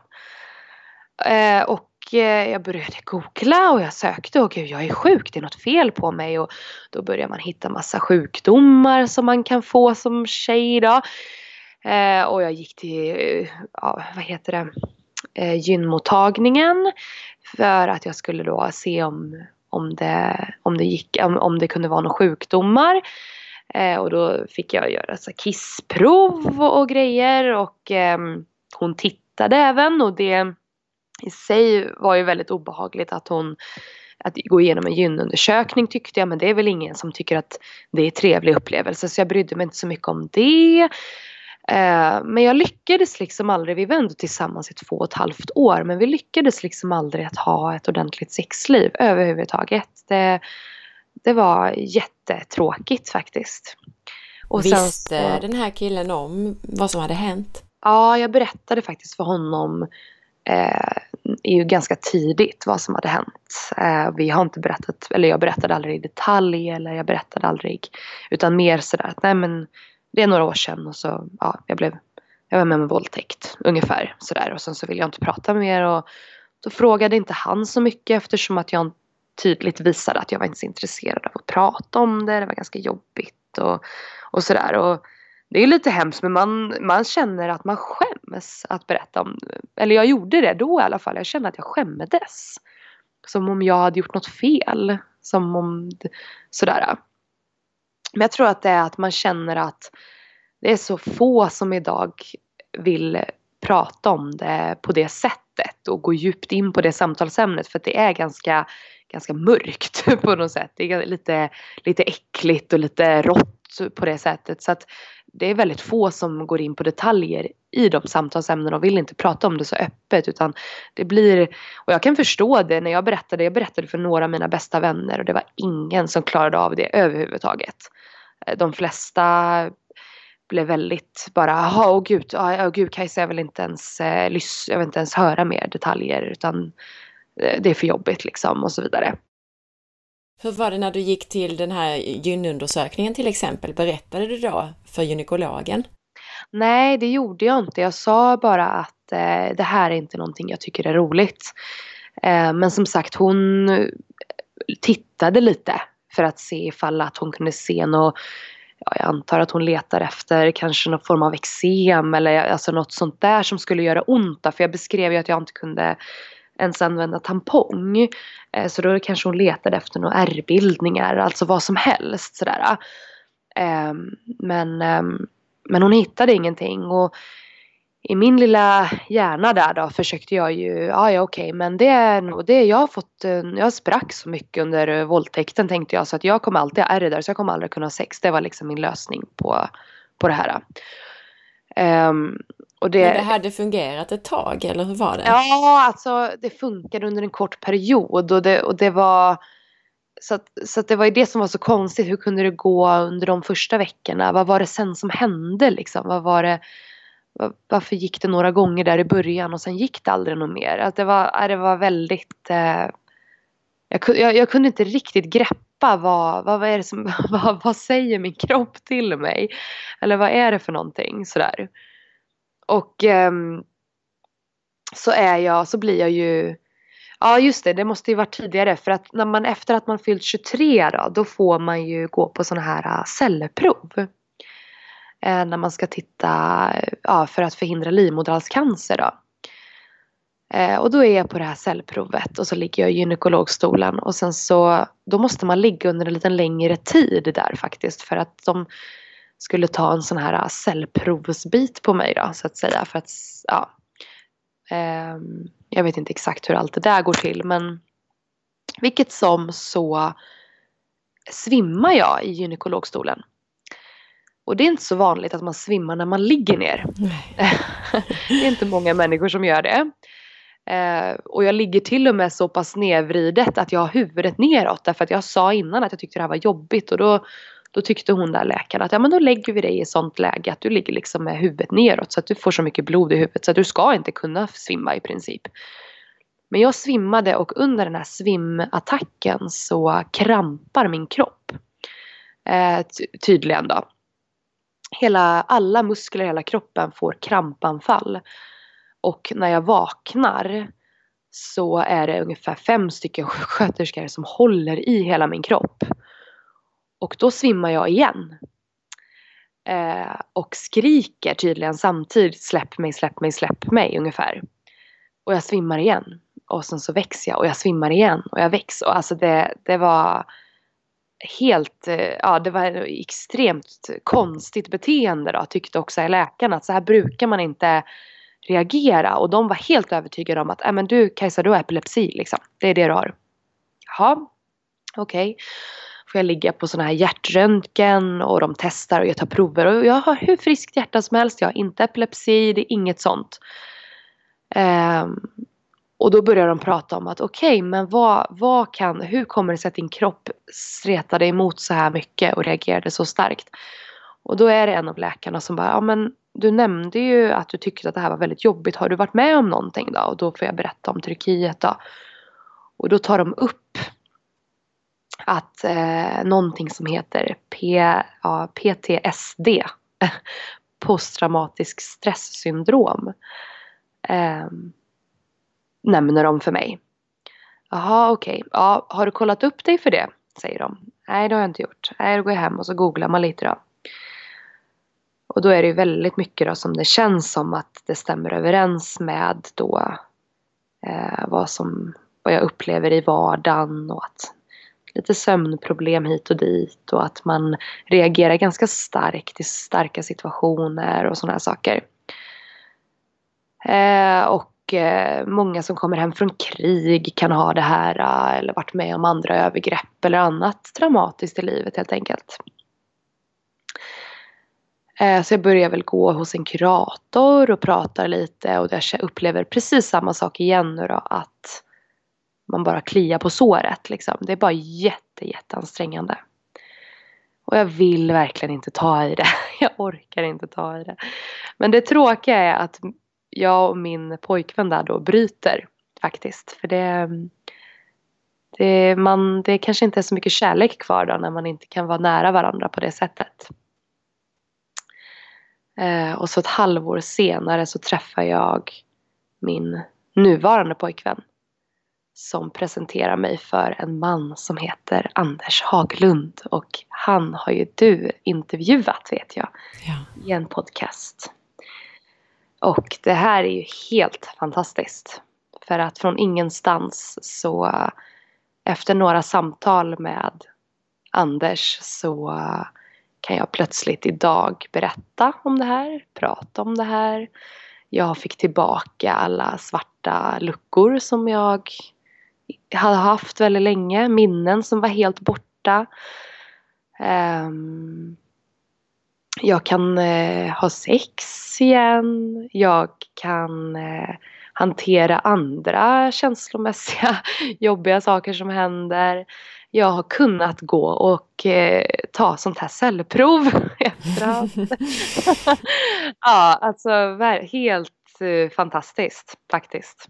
Och jag började googla och jag sökte och gud, jag är sjuk, det är något fel på mig. Och då börjar man hitta massa sjukdomar som man kan få som tjej då. Eh, och jag gick till, ja, vad heter det, eh, gynmottagningen för att jag skulle då se om, om, det, om, det, gick, om, om det kunde vara några sjukdomar. Eh, och då fick jag göra så kissprov och, och grejer och eh, hon tittade även och det i sig var ju väldigt obehagligt att hon att gå igenom en gynundersökning tyckte jag, men det är väl ingen som tycker att det är en trevlig upplevelse så jag brydde mig inte så mycket om det. Men jag lyckades liksom aldrig, vi var ändå tillsammans i två och ett halvt år, men vi lyckades liksom aldrig att ha ett ordentligt sexliv överhuvudtaget. Det, det var jättetråkigt faktiskt. Och Visste sen så, den här killen om vad som hade hänt? ja, jag berättade faktiskt för honom eh, ju ganska tidigt vad som hade hänt. Eh, vi har inte berättat, eller jag berättade aldrig i detalj, eller jag berättade aldrig, utan mer sådär att nej men det är några år sedan och så, ja, jag blev, jag var med med våldtäkt ungefär sådär, och sen så vill jag inte prata mer, och då frågade inte han så mycket eftersom att jag tydligt visade att jag var inte så intresserad av att prata om det. Det var ganska jobbigt och, och sådär. Och det är lite hemskt, men man, man känner att man skäms att berätta om. Eller jag gjorde det då i alla fall. Jag kände att jag skämdes. Som om jag hade gjort något fel. Som om sådär. Men jag tror att det är att man känner att det är så få som idag vill prata om det på det sättet och gå djupt in på det samtalsämnet, för att det är ganska, ganska mörkt på något sätt. Det är lite, lite äckligt och lite rått på det sättet, så att det är väldigt få som går in på detaljer i de samtalsämnena och vill inte prata om det så öppet, utan det blir, och jag kan förstå det när jag berättade, jag berättade för några av mina bästa vänner och det var ingen som klarade av det överhuvudtaget. De flesta blev väldigt bara, jaha, åh gud, åh gud, Kajsa, jag vill inte ens eh, lys- jag vill inte ens höra mer detaljer, utan eh, det är för jobbigt liksom, och så vidare. Hur var det när du gick till den här gynundersökningen till exempel? Berättade du då för gynekologen? Nej, det gjorde jag inte. Jag sa bara att eh, det här är inte någonting jag tycker är roligt. Eh, men som sagt, hon tittade lite för att se ifall att hon kunde se något. Ja, jag antar att hon letar efter kanske någon form av eksem eller alltså något sånt där som skulle göra ont. För jag beskrev ju att jag inte kunde ens använda tampong. Eh, så då kanske hon letade efter några ärrbildningar, alltså vad som helst sådär. Eh, men, eh, men hon hittade ingenting, och i min lilla hjärna där då försökte jag ju, ja ja okej, men det är nog det, jag har fått, jag sprack så mycket under våldtäkten tänkte jag, så att jag kommer alltid ha ärr där, så jag kommer aldrig kunna ha sex. Det var liksom min lösning på, på det här. Um, och det, men det hade fungerat ett tag, eller hur var det? Ja, alltså det funkade under en kort period, och det, och det var så att, så att det var ju det som var så konstigt. Hur kunde det gå under de första veckorna? Vad var det sen som hände liksom? Vad var det, varför gick det några gånger där i början och sen gick det aldrig något mer? Alltså det, var, det var väldigt eh, jag, jag, jag kunde inte riktigt greppa vad, vad, vad är det som vad, vad säger min kropp till mig? Eller vad är det för någonting sådär? Och eh, så är jag, så blir jag ju, ja just det, det måste ju vara tidigare, för att när man, efter att man fyllt tjugotre då, då får man ju gå på såna här cellprov. Eh, när man ska titta, ja, för att förhindra livmoderhalscancer då. Eh, och då är jag på det här cellprovet och så ligger jag i gynekologstolen, och sen så, då måste man ligga under en lite längre tid där faktiskt, för att de skulle ta en sån här cellprovsbit på mig då, så att säga, för att, ja, eh, jag vet inte exakt hur allt det där går till, men vilket som så svimmar jag i gynekologstolen. Och det är inte så vanligt att man svimmar när man ligger ner. Det är inte många människor som gör det. Eh, och jag ligger till och med så pass nedvridet att jag har huvudet neråt. Därför att jag sa innan att jag tyckte det här var jobbigt. Och då, då tyckte hon där läkaren att ja, men då lägger vi dig i sånt läge att du ligger liksom med huvudet neråt. Så att du får så mycket blod i huvudet så att du ska inte kunna svimma i princip. Men jag svimmade, och under den här svimattacken så krampar min kropp. Eh, ty- tydligen då. Hela, alla muskler i hela kroppen får krampanfall. Och när jag vaknar så är det ungefär fem stycken sköterskor som håller i hela min kropp. Och då svimmar jag igen. Eh, och skriker tydligen samtidigt, släpp mig, släpp mig, släpp mig ungefär. Och jag svimmar igen. Och sen så växer jag, och jag svimmar igen. Och jag växer. Och alltså det, det var helt, ja det var ett extremt konstigt beteende då, tyckte också läkarna. Att så här brukar man inte reagera. Och de var helt övertygade om att äh, men du Kajsa, du har epilepsi liksom. Det är det du har. Jaha, okej. Okay. Får jag ligga på såna här hjärtröntgen, och de testar och jag tar prover. Och jag har hur friskt hjärta som helst. Jag har inte epilepsi, det är inget sånt. Um, Och då börjar de prata om att okej, okay, men vad, vad kan, hur kommer det sig att din kropp stretade emot så här mycket och reagerade så starkt? Och då är det en av läkarna som bara, ja men du nämnde ju att du tyckte att det här var väldigt jobbigt. Har du varit med om någonting då? Och då får jag berätta om Turkiet då. Och då tar de upp att eh, någonting som heter P, ja, P T S D. Posttraumatisk stresssyndrom. Eh, nämner de för mig. Jaha, okej. Okay. Ja, har du kollat upp dig för det? Säger de. Nej, det har jag inte gjort. Nej, då går jag hem och så googlar man lite då. Och då är det ju väldigt mycket då som det känns som att det stämmer överens med då eh, vad som vad jag upplever i vardagen och att lite sömnproblem hit och dit och att man reagerar ganska starkt i starka situationer och sådana här saker. Eh, och eh, många som kommer hem från krig kan ha det här eh, eller varit med om andra övergrepp eller annat traumatiskt i livet helt enkelt. Eh, så jag börjar väl gå hos en kurator och pratar lite och jag upplever precis samma sak igen nu då, att man bara kliar på såret liksom. Det är bara jätte, jätteansträngande. Och jag vill verkligen inte ta i det. Jag orkar inte ta i det. Men det tråkiga är att jag och min pojkvän där då bryter faktiskt. För det, det, man, det kanske inte är så mycket kärlek kvar då när man inte kan vara nära varandra på det sättet. Eh, och så ett halvår senare så träffar jag min nuvarande pojkvän. Som presenterar mig för en man som heter Anders Haglund. Och han har ju du intervjuat vet jag. Ja. I en podcast. Och det här är ju helt fantastiskt. För att från ingenstans så efter några samtal med Anders så kan jag plötsligt idag berätta om det här. Prata om det här. Jag fick tillbaka alla svarta luckor som jag hade haft väldigt länge. Minnen som var helt borta. Um, jag kan uh, ha sex igen. Jag kan uh, hantera andra känslomässiga jobbiga saker som händer. Jag har kunnat gå och uh, ta sånt här cellprov efteråt. Ja, alltså helt uh, fantastiskt faktiskt.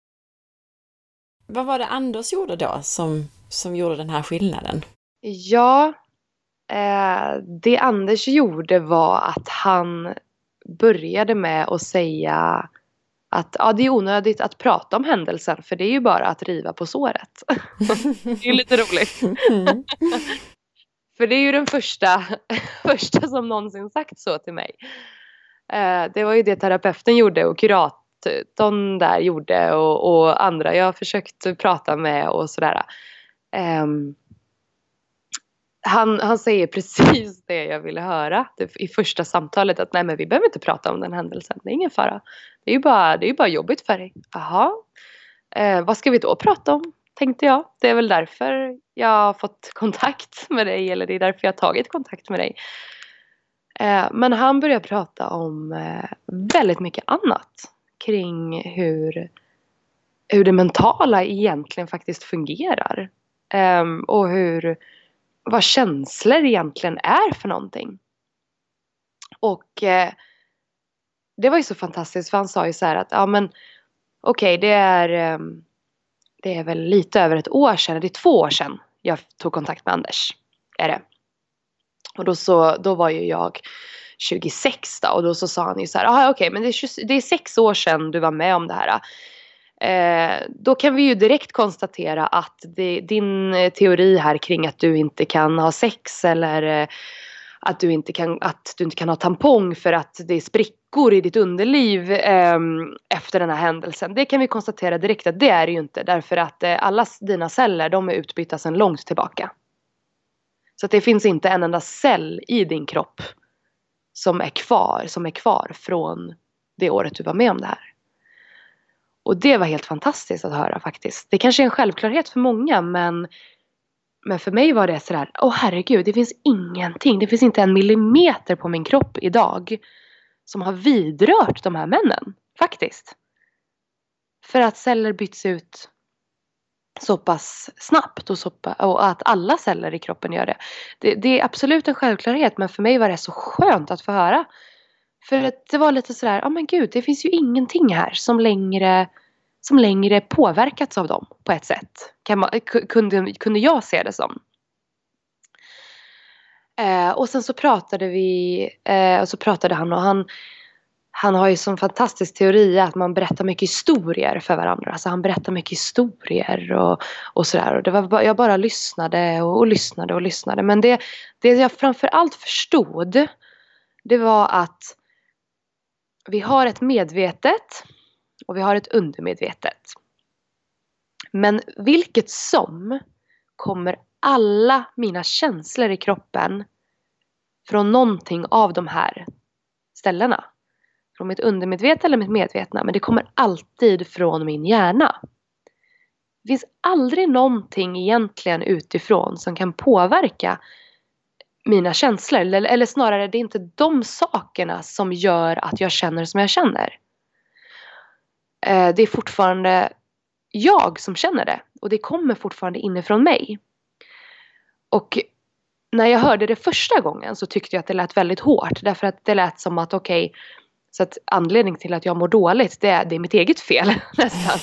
Vad var det Anders gjorde då som, som gjorde den här skillnaden? Ja, eh, det Anders gjorde var att han började med att säga att ja, det är onödigt att prata om händelsen för det är ju bara att riva på såret. Det är ju lite roligt. Mm. För det är ju den första, första som någonsin sagt så till mig. Eh, det var ju det terapeuten gjorde och kurat. De där gjorde och, och andra jag har försökt prata med och sådär. Um, han, han säger precis det jag ville höra i första samtalet att nej men vi behöver inte prata om den händelsen, det är ingen fara. Det är ju bara, det är ju bara jobbigt för dig. Jaha, uh, vad ska vi då prata om? Tänkte jag. Det är väl därför jag har fått kontakt med dig eller det är därför jag har tagit kontakt med dig. Uh, men han började prata om uh, väldigt mycket annat. Kring hur, hur det mentala egentligen faktiskt fungerar. Um, och hur, vad känslor egentligen är för någonting. Och eh, det var ju så fantastiskt för han sa ju så här att ja men okej okay, det är um, det är väl lite över ett år sedan, det är två år sedan jag tog kontakt med Anders. Är det. Och då, så, då var ju jag tjugosex då, och då så sa han ju så här, ah, okej okay, men det är, tjugo, det är sex år sedan du var med om det här. Eh, då kan vi ju direkt konstatera att det, din teori här kring att du inte kan ha sex eller eh, att, du inte kan, att du inte kan ha tampong för att det är sprickor i ditt underliv eh, efter den här händelsen. Det kan vi konstatera direkt att det är det ju inte, därför att eh, alla dina celler de är utbytta sedan långt tillbaka. Så att det finns inte en enda cell i din kropp som är kvar, som är kvar från det året du var med om det här. Och det var helt fantastiskt att höra faktiskt. Det kanske är en självklarhet för många, men, men för mig var det sådär, åh herregud, det finns ingenting. Det finns inte en millimeter på min kropp idag som har vidrört de här männen, faktiskt. För att celler byts ut så pass snabbt och, så, och att alla celler i kroppen gör det. det. Det är absolut en självklarhet, men för mig var det så skönt att få höra. För att det var lite sådär, ja men gud, det finns ju ingenting här som längre, som längre påverkats av dem på ett sätt. Kan man, kunde, kunde jag se det som. Eh, och sen så pratade vi, eh, och så pratade han och han Han har ju sån fantastisk teori att man berättar mycket historier för varandra. Alltså han berättar mycket historier och, och sådär. Och det var bara, jag bara lyssnade och, och lyssnade och lyssnade. Men det, det jag framförallt förstod, det var att vi har ett medvetet och vi har ett undermedvetet. Men vilket som kommer alla mina känslor i kroppen från någonting av de här ställena. Från mitt undermedvetna eller mitt medvetna. Men det kommer alltid från min hjärna. Det finns aldrig någonting egentligen utifrån som kan påverka mina känslor. Eller, eller snarare, det är inte de sakerna som gör att jag känner som jag känner. Eh, det är fortfarande jag som känner det. Och det kommer fortfarande inifrån mig. Och när jag hörde det första gången så tyckte jag att det lät väldigt hårt. Därför att det lät som att okej... Okay, så att anledningen till att jag mår dåligt, det är, det är mitt eget fel nästan.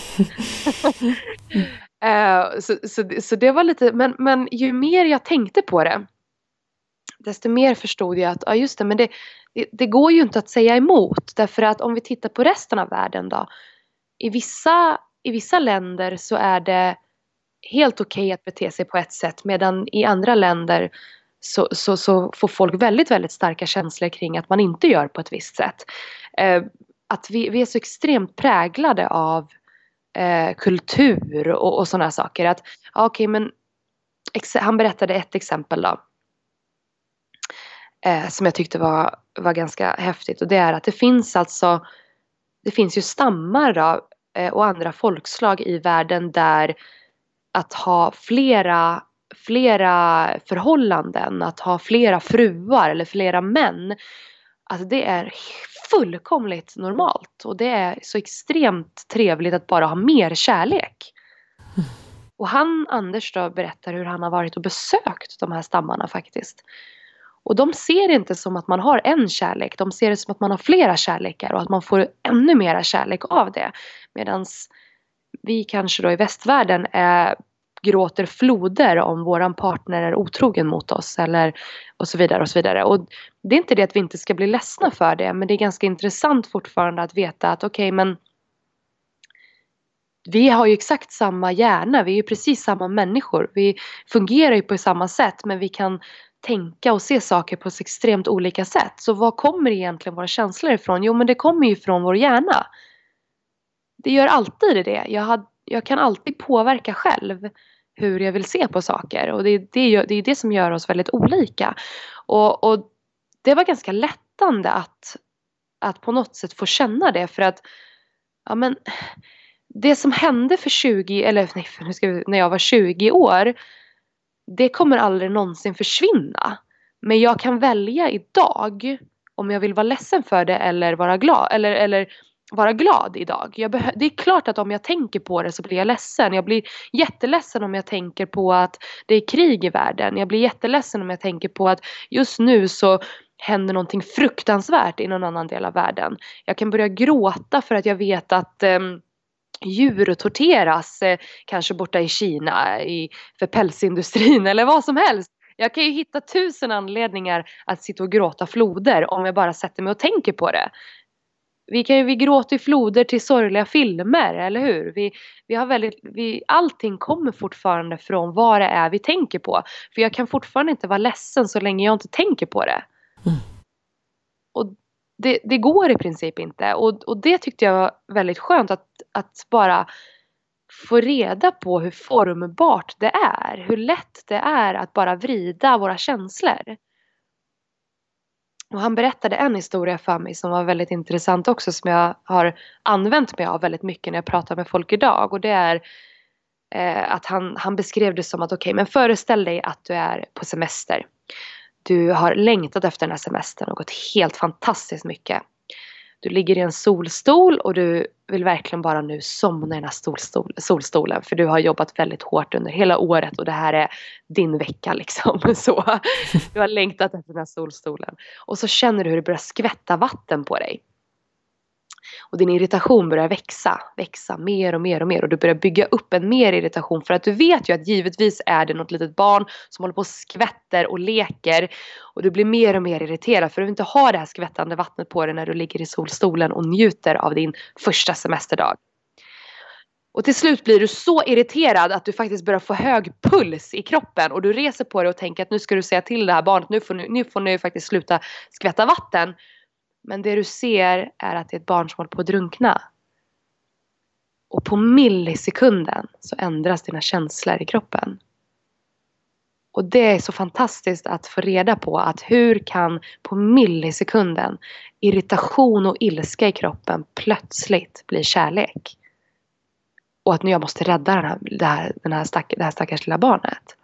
uh, så, så, så det var lite, men, men ju mer jag tänkte på det, desto mer förstod jag att, ja just det, men det, det, det går ju inte att säga emot. Därför att om vi tittar på resten av världen då, i vissa, i vissa länder så är det helt okej att bete sig på ett sätt, medan i andra länder Så, så, så får folk väldigt, väldigt starka känslor kring att man inte gör på ett visst sätt. Eh, att vi, vi är så extremt präglade av eh, kultur och, och sådana saker. Att, ja, okej, men ex- han berättade ett exempel då. Eh, som jag tyckte var, var ganska häftigt. Och det är att det finns alltså, det finns ju stammar då, eh, och andra folkslag i världen där att ha flera flera förhållanden, att ha flera fruar eller flera män, alltså det är fullkomligt normalt och det är så extremt trevligt att bara ha mer kärlek. Och han, Anders då, berättar hur han har varit och besökt de här stammarna faktiskt. Och de ser det inte som att man har en kärlek, de ser det som att man har flera kärlekar och att man får ännu mera kärlek av det. Medan vi kanske då i västvärlden är gråter floder om våran partner är otrogen mot oss eller och så vidare och så vidare. Och det är inte det att vi inte ska bli ledsna för det, men det är ganska intressant fortfarande att veta att okej, okay, men vi har ju exakt samma hjärna, vi är ju precis samma människor. Vi fungerar ju på samma sätt, men vi kan tänka och se saker på så extremt olika sätt. Så var kommer egentligen våra känslor ifrån? Jo, men det kommer ju från vår hjärna. Det gör alltid det. Jag, had, jag kan alltid påverka själv hur jag vill se på saker. Och det är det, det, är det som gör oss väldigt olika. Och, och det var ganska lättande att, att på något sätt få känna det. För att ja, men, det som hände för tjugo, eller nej, för nu ska vi, när jag var tjugo år, det kommer aldrig någonsin försvinna. Men jag kan välja idag om jag vill vara ledsen för det eller vara glad. Eller, eller vara glad idag. Jag beh- det är klart att om jag tänker på det så blir jag ledsen. Jag blir jätteledsen om jag tänker på att det är krig i världen. Jag blir jätteledsen om jag tänker på att just nu så händer någonting fruktansvärt i någon annan del av världen. Jag kan börja gråta för att jag vet att eh, djur torteras eh, kanske borta i Kina i, för pälsindustrin eller vad som helst. Jag kan ju hitta tusen anledningar att sitta och gråta floder om jag bara sätter mig och tänker på det. Vi kan ju vi gråter i floder till sorgliga filmer, eller hur? Vi, vi har väldigt, vi, allting kommer fortfarande från vad det är vi tänker på. För jag kan fortfarande inte vara ledsen så länge jag inte tänker på det. Mm. Och det, det går i princip inte. Och, och det tyckte jag var väldigt skönt att, att bara få reda på hur formbart det är. Hur lätt det är att bara vrida våra känslor. Och han berättade en historia för mig som var väldigt intressant också, som jag har använt mig av väldigt mycket när jag pratar med folk idag. Och det är eh, att han, han beskrev det som att okej, okay, men föreställ dig att du är på semester. Du har längtat efter den här semestern och gått helt fantastiskt mycket. Du ligger i en solstol och du vill verkligen bara nu somna i den här solstol, solstolen. För du har jobbat väldigt hårt under hela året och det här är din vecka liksom. Så du har längtat efter den här solstolen. Och så känner du hur det börjar skvätta vatten på dig. Och din irritation börjar växa, växa mer och mer och mer. Och du börjar bygga upp en mer irritation. För att du vet ju att givetvis är det något litet barn som håller på och skvätter och leker. Och du blir mer och mer irriterad. För du vill inte ha det här skvättande vattnet på dig när du ligger i solstolen och njuter av din första semesterdag. Och till slut blir du så irriterad att du faktiskt börjar få hög puls i kroppen. Och du reser på dig och tänker att nu ska du säga till det här barnet. Nu får nu, nu får nu faktiskt sluta skvätta vatten. Men det du ser är att det är ett barn som håller på att drunkna. Och på millisekunden så ändras dina känslor i kroppen. Och det är så fantastiskt att få reda på att hur kan på millisekunden irritation och ilska i kroppen plötsligt bli kärlek. Och att nu jag måste rädda den här, det, här, den här stack, det här stackars lilla barnet.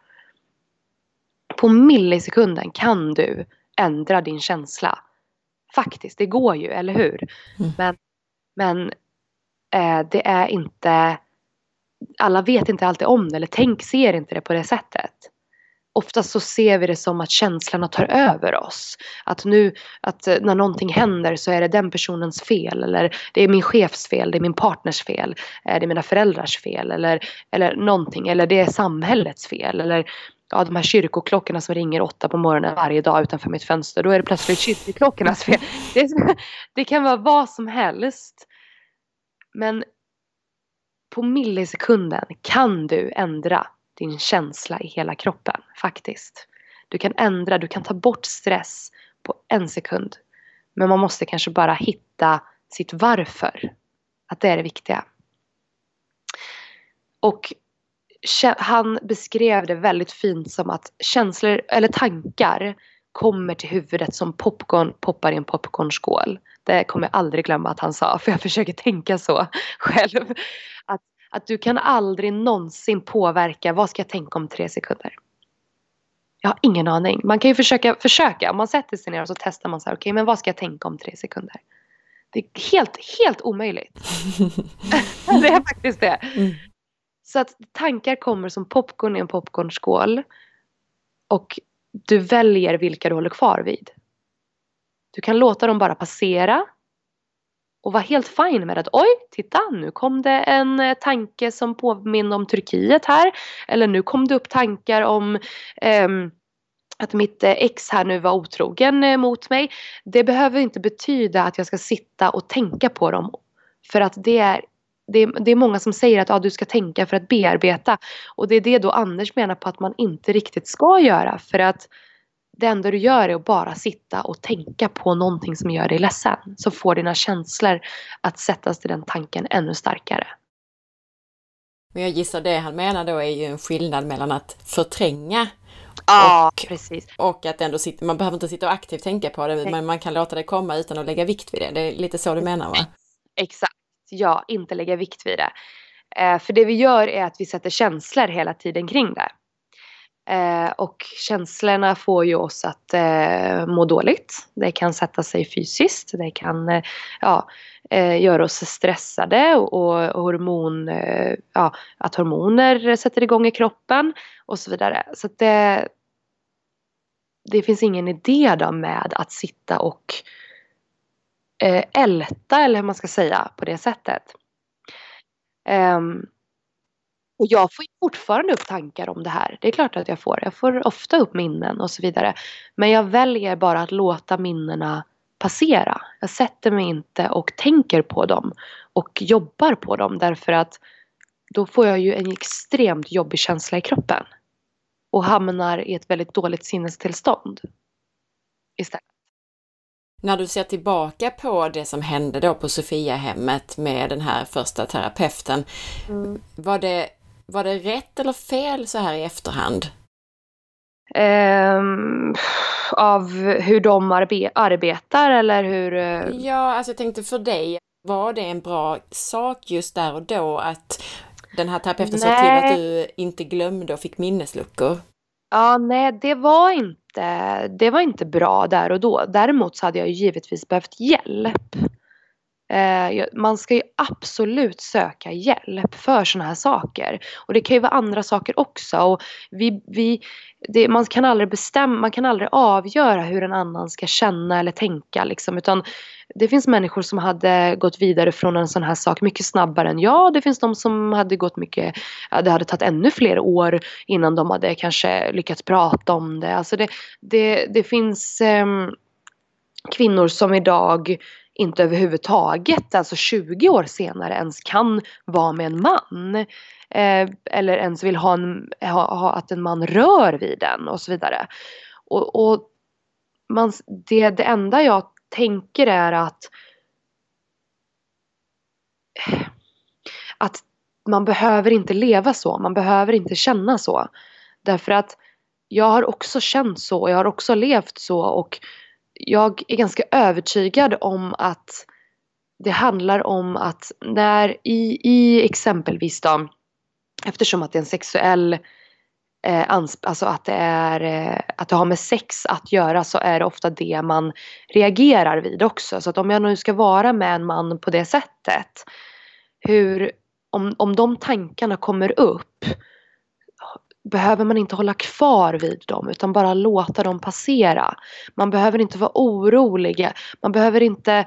På millisekunden kan du ändra din känsla. Faktiskt, det går ju, eller hur? Mm. Men, men eh, det är inte... Alla vet inte alltid om det, eller tänk, ser inte det på det sättet. Oftast så ser vi det som att känslorna tar över oss. Att nu, att när någonting händer så är det den personens fel. Eller det är min chefs fel, det är min partners fel. Det är mina föräldrars fel. Eller, eller någonting, eller det är samhällets fel. Eller... Ja, de här kyrkoklockorna som ringer åtta på morgonen varje dag utanför mitt fönster. Då är det plötsligt kyrkoklockornas fel. Det, det kan vara vad som helst. Men på millisekunden kan du ändra din känsla i hela kroppen. Faktiskt. Du kan ändra, du kan ta bort stress på en sekund. Men man måste kanske bara hitta sitt varför. Att det är det viktiga. Och han beskrev det väldigt fint som att känslor eller tankar kommer till huvudet som popcorn poppar i en popcornskål. Det kommer jag aldrig glömma att han sa, för jag försöker tänka så själv. Att, att du kan aldrig någonsin påverka, vad ska jag tänka om tre sekunder? Jag har ingen aning. Man kan ju försöka, försöka. Om man sätter sig ner och så testar man så här, okej, okay, men vad ska jag tänka om tre sekunder? Det är helt, helt omöjligt. Det är faktiskt det. Mm. Så att tankar kommer som popcorn i en popcornskål. Och du väljer vilka du håller kvar vid. Du kan låta dem bara passera. Och vara helt fin med att oj, titta, nu kom det en tanke som påminner om Turkiet här. Eller nu kom det upp tankar om eh, att mitt ex här nu var otrogen mot mig. Det behöver inte betyda att jag ska sitta och tänka på dem. För att det är Det är, det är många som säger att ja, du ska tänka för att bearbeta. Och det är det då Anders menar på att man inte riktigt ska göra. För att det enda du gör är att bara sitta och tänka på någonting som gör dig ledsen. Så får dina känslor att sättas till den tanken ännu starkare. Men jag gissar det han menar då är ju en skillnad mellan att förtränga ja, och, precis. och att ändå sitta, man behöver inte sitta och aktivt tänka på det. Nej. Men man kan låta det komma utan att lägga vikt vid det. Det är lite så du menar, va? Exakt. Ja, inte lägga vikt vid det. Eh, för det vi gör är att vi sätter känslor hela tiden kring det. Eh, och känslorna får ju oss att eh, må dåligt. Det kan sätta sig fysiskt. Det kan eh, ja, eh, göra oss stressade. Och, och hormon, eh, ja, att hormoner sätter igång i kroppen. Och så vidare. Så att det, det finns ingen idé då med att sitta och eh, älta, eller hur man ska säga, på det sättet. Um, och jag får fortfarande upp tankar om det här. Det är klart att jag får. Jag får ofta upp minnen och så vidare. Men jag väljer bara att låta minnena passera. Jag sätter mig inte och tänker på dem. Och jobbar på dem. Därför att då får jag ju en extremt jobbig känsla i kroppen. Och hamnar i ett väldigt dåligt sinnestillstånd. Istället. När du ser tillbaka på det som hände då på Sofiahemmet med den här första terapeuten. Mm. Var det, var det rätt eller fel så här i efterhand? Um, av hur de arbe- arbetar eller hur... Uh... Ja, alltså jag tänkte för dig, var det en bra sak just där och då att den här terapeuten såg till att du inte glömde och fick minnesluckor? Ja, nej, det var inte, det var inte bra där och då. Däremot så hade jag ju givetvis behövt hjälp. Eh, man ska ju absolut söka hjälp för såna här saker. Och det kan ju vara andra saker också. Och vi, vi, det, man kan aldrig bestämma, man kan aldrig avgöra hur en annan ska känna eller tänka. Liksom, utan det finns människor som hade gått vidare från en sån här sak mycket snabbare än jag. Det finns de som hade gått mycket, ja, det hade tagit ännu fler år innan de hade kanske lyckats prata om det. Alltså det, det, det finns eh, kvinnor som idag inte överhuvudtaget, alltså tjugo år senare, ens kan vara med en man. Eh, eller ens vill ha, en, ha, ha att en man rör vid den och så vidare. Och, och man, det, det enda jag tänker är att att man behöver inte leva så. Man behöver inte känna så. Därför att jag har också känt så. Och jag har också levt så. Och jag är ganska övertygad om att det handlar om att när i, i exempelvis då, eftersom att det är en sexuell eh, ans- alltså att det är eh, att det har med sex att göra, så är det ofta det man reagerar vid också. Så att om jag nu ska vara med en man på det sättet, hur, om, om de tankarna kommer upp, behöver man inte hålla kvar vid dem, utan bara låta dem passera. Man behöver inte vara orolig. Man behöver inte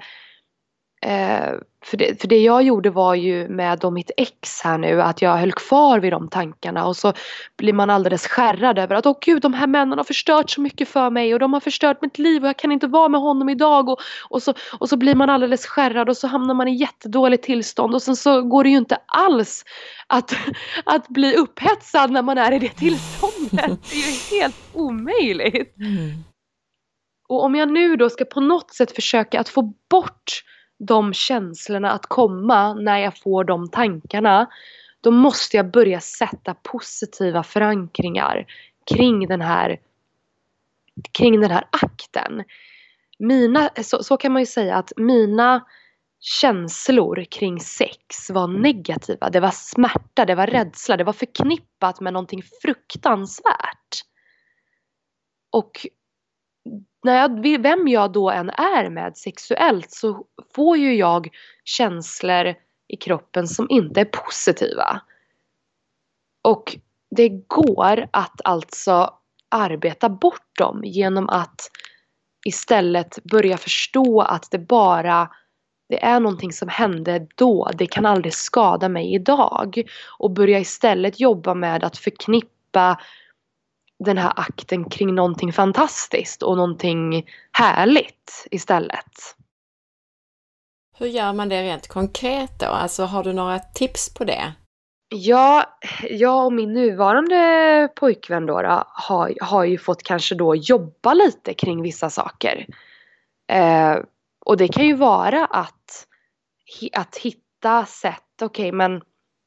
Eh, för, det, för det jag gjorde var ju med då mitt ex här nu, att jag höll kvar vid de tankarna, och så blir man alldeles skärrad över att åh gud, de här männen har förstört så mycket för mig och de har förstört mitt liv och jag kan inte vara med honom idag, och, och, så, och så blir man alldeles skärrad och så hamnar man i jättedåligt tillstånd, och sen så går det ju inte alls att, att bli upphetsad när man är i det tillståndet. Det är ju helt omöjligt. Mm. Och om jag nu då ska på något sätt försöka att få bort de känslorna att komma när jag får de tankarna, då måste jag börja sätta positiva förankringar kring den här kring den här akten. Mina, så, så kan man ju säga att mina känslor kring sex var negativa. Det var smärta, det var rädsla, det var förknippat med någonting fruktansvärt. Och när jag, vem jag då än är med sexuellt, så får ju jag känslor i kroppen som inte är positiva. Och det går att alltså arbeta bort dem genom att istället börja förstå att det bara det är någonting som hände då. Det kan aldrig skada mig idag. Och börja istället jobba med att förknippa den här akten kring någonting fantastiskt och någonting härligt istället. Hur gör man det rent konkret då? Alltså har du några tips på det? Ja, jag och min nuvarande pojkvän då, då har, har ju fått kanske då jobba lite kring vissa saker. Eh, och det kan ju vara att, att hitta sätt, okej okay, men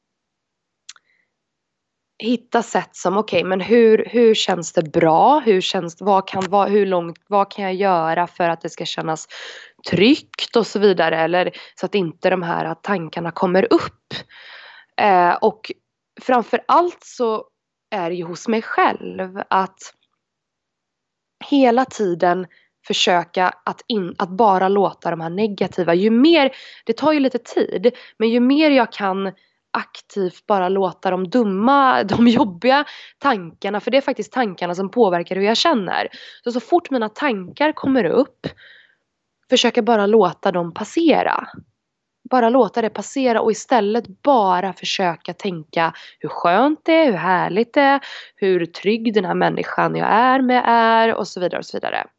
hitta sätt som okej, okay, men hur, hur känns det bra? Hur känns, vad kan, vad, hur långt, vad kan jag göra för att det ska kännas tryggt och så vidare, eller så att inte de här tankarna kommer upp. Eh, och framför allt så är det ju hos mig själv att hela tiden försöka att, in, att bara låta de här negativa, ju mer, det tar ju lite tid, men ju mer jag kan aktivt bara låta de dumma, de jobbiga tankarna, för det är faktiskt tankarna som påverkar hur jag känner. Så så fort mina tankar kommer upp, försöka bara låta dem passera. Bara låta det passera och istället bara försöka tänka hur skönt det är, hur härligt det är, hur trygg den här människan jag är med är och så vidare och så vidare.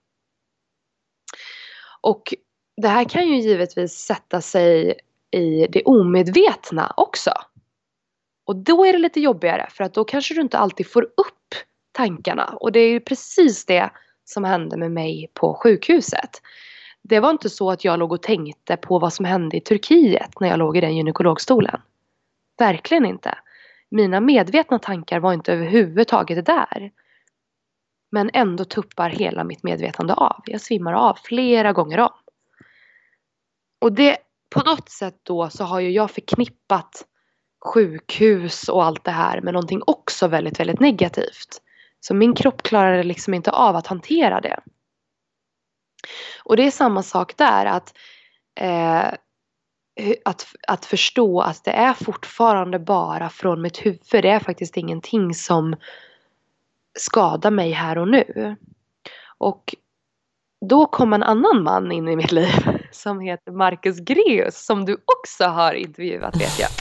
Och det här kan ju givetvis sätta sig i det omedvetna också. Och då är det lite jobbigare, för att då kanske du inte alltid får upp tankarna. Och det är ju precis det som hände med mig på sjukhuset. Det var inte så att jag låg och tänkte på vad som hände i Turkiet när jag låg i den gynekologstolen. Verkligen inte. Mina medvetna tankar var inte överhuvudtaget där. Men ändå tuppar hela mitt medvetande av. Jag svimmar av flera gånger om. Och det, på något sätt då så har ju jag förknippat sjukhus och allt det här med någonting också väldigt, väldigt negativt. Så min kropp klarade liksom inte av att hantera det. Och det är samma sak där, att eh, att, att förstå att det är fortfarande bara från mitt huvud. Det är faktiskt ingenting som skadar mig här och nu. Och då kom en annan man in i mitt liv som heter Marcus Greus, som du också har intervjuat, vet jag.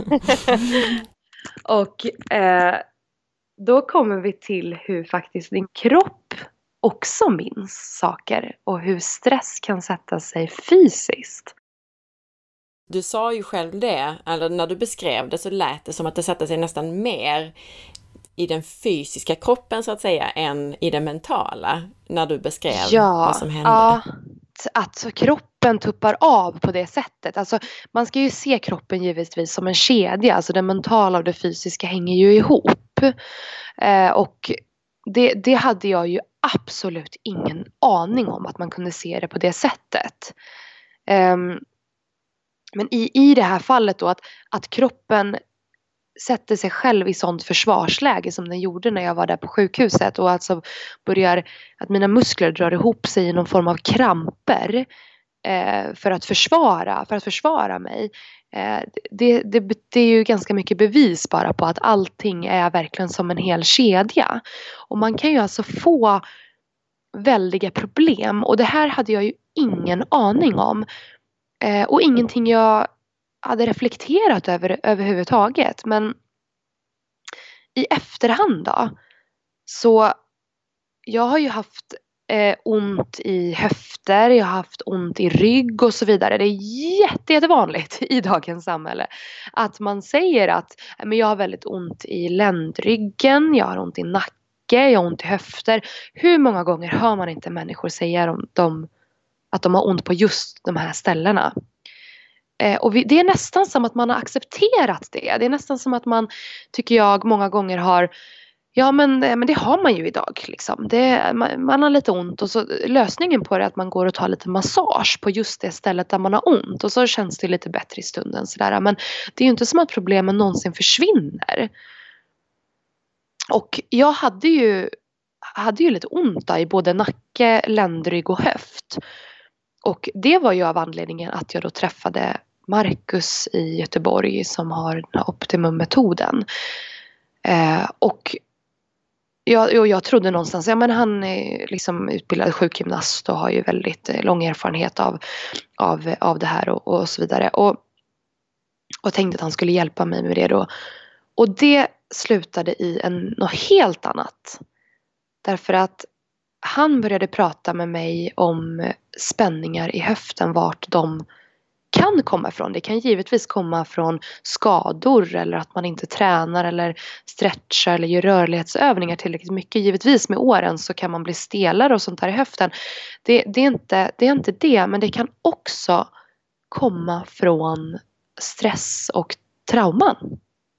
Och eh, då kommer vi till hur faktiskt din kropp också minns saker och hur stress kan sätta sig fysiskt. Du sa ju själv det, eller när du beskrev det så lät det som att det satte sig nästan mer i den fysiska kroppen så att säga än i det mentala när du beskrev ja, vad som hände. Ja, att kroppen tuppar av på det sättet. Alltså, man ska ju se kroppen givetvis som en kedja. Alltså det mentala och det fysiska hänger ju ihop. Eh, och det, det hade jag ju absolut ingen aning om att man kunde se det på det sättet. Eh, men i, i det här fallet då att, att kroppen sätter sig själv i sånt försvarsläge som den gjorde när jag var där på sjukhuset och alltså börjar att mina muskler drar ihop sig i någon form av kramper eh, för att försvara för att försvara mig. Eh, det, det, det är ju ganska mycket bevis bara på att allting är verkligen som en hel kedja. Och man kan ju alltså få väldiga problem, och det här hade jag ju ingen aning om. Eh, och ingenting jag hade reflekterat över överhuvudtaget. Men i efterhand då, så jag har ju haft eh, ont i höfter, jag har haft ont i rygg och så vidare. Det är jätte, jättevanligt i dagens samhälle att man säger att men jag har väldigt ont i ländryggen, jag har ont i nacke, jag har ont i höfter. Hur många gånger hör man inte människor säga om dem, att de har ont på just de här ställena? Och vi, det är nästan som att man har accepterat det. Det är nästan som att man, tycker jag, många gånger har, ja men, men det har man ju idag liksom. Det, man, man har lite ont och så lösningen på det är att man går och tar lite massage på just det stället där man har ont. Och så känns det lite bättre i stunden sådär. Men det är ju inte som att problemen någonsin försvinner. Och jag hade ju, hade ju lite ont i både nacke, ländrygg och höft. Och det var ju av anledningen att jag då träffade Marcus i Göteborg som har den här Optimum-metoden. Eh, och jag, jag, jag trodde någonstans, ja men han är liksom utbildad sjukgymnast och har ju väldigt lång erfarenhet av, av, av det här och, och så vidare. Och, och tänkte att han skulle hjälpa mig med det då. Och det slutade i en, något helt annat. Därför att han började prata med mig om spänningar i höften, vart de kan komma ifrån. Det kan givetvis komma från skador eller att man inte tränar eller stretchar eller gör rörlighetsövningar tillräckligt mycket. Givetvis med åren så kan man bli stelare och sånt där i höften. Det, det, är inte, det är inte det, men det kan också komma från stress och trauman.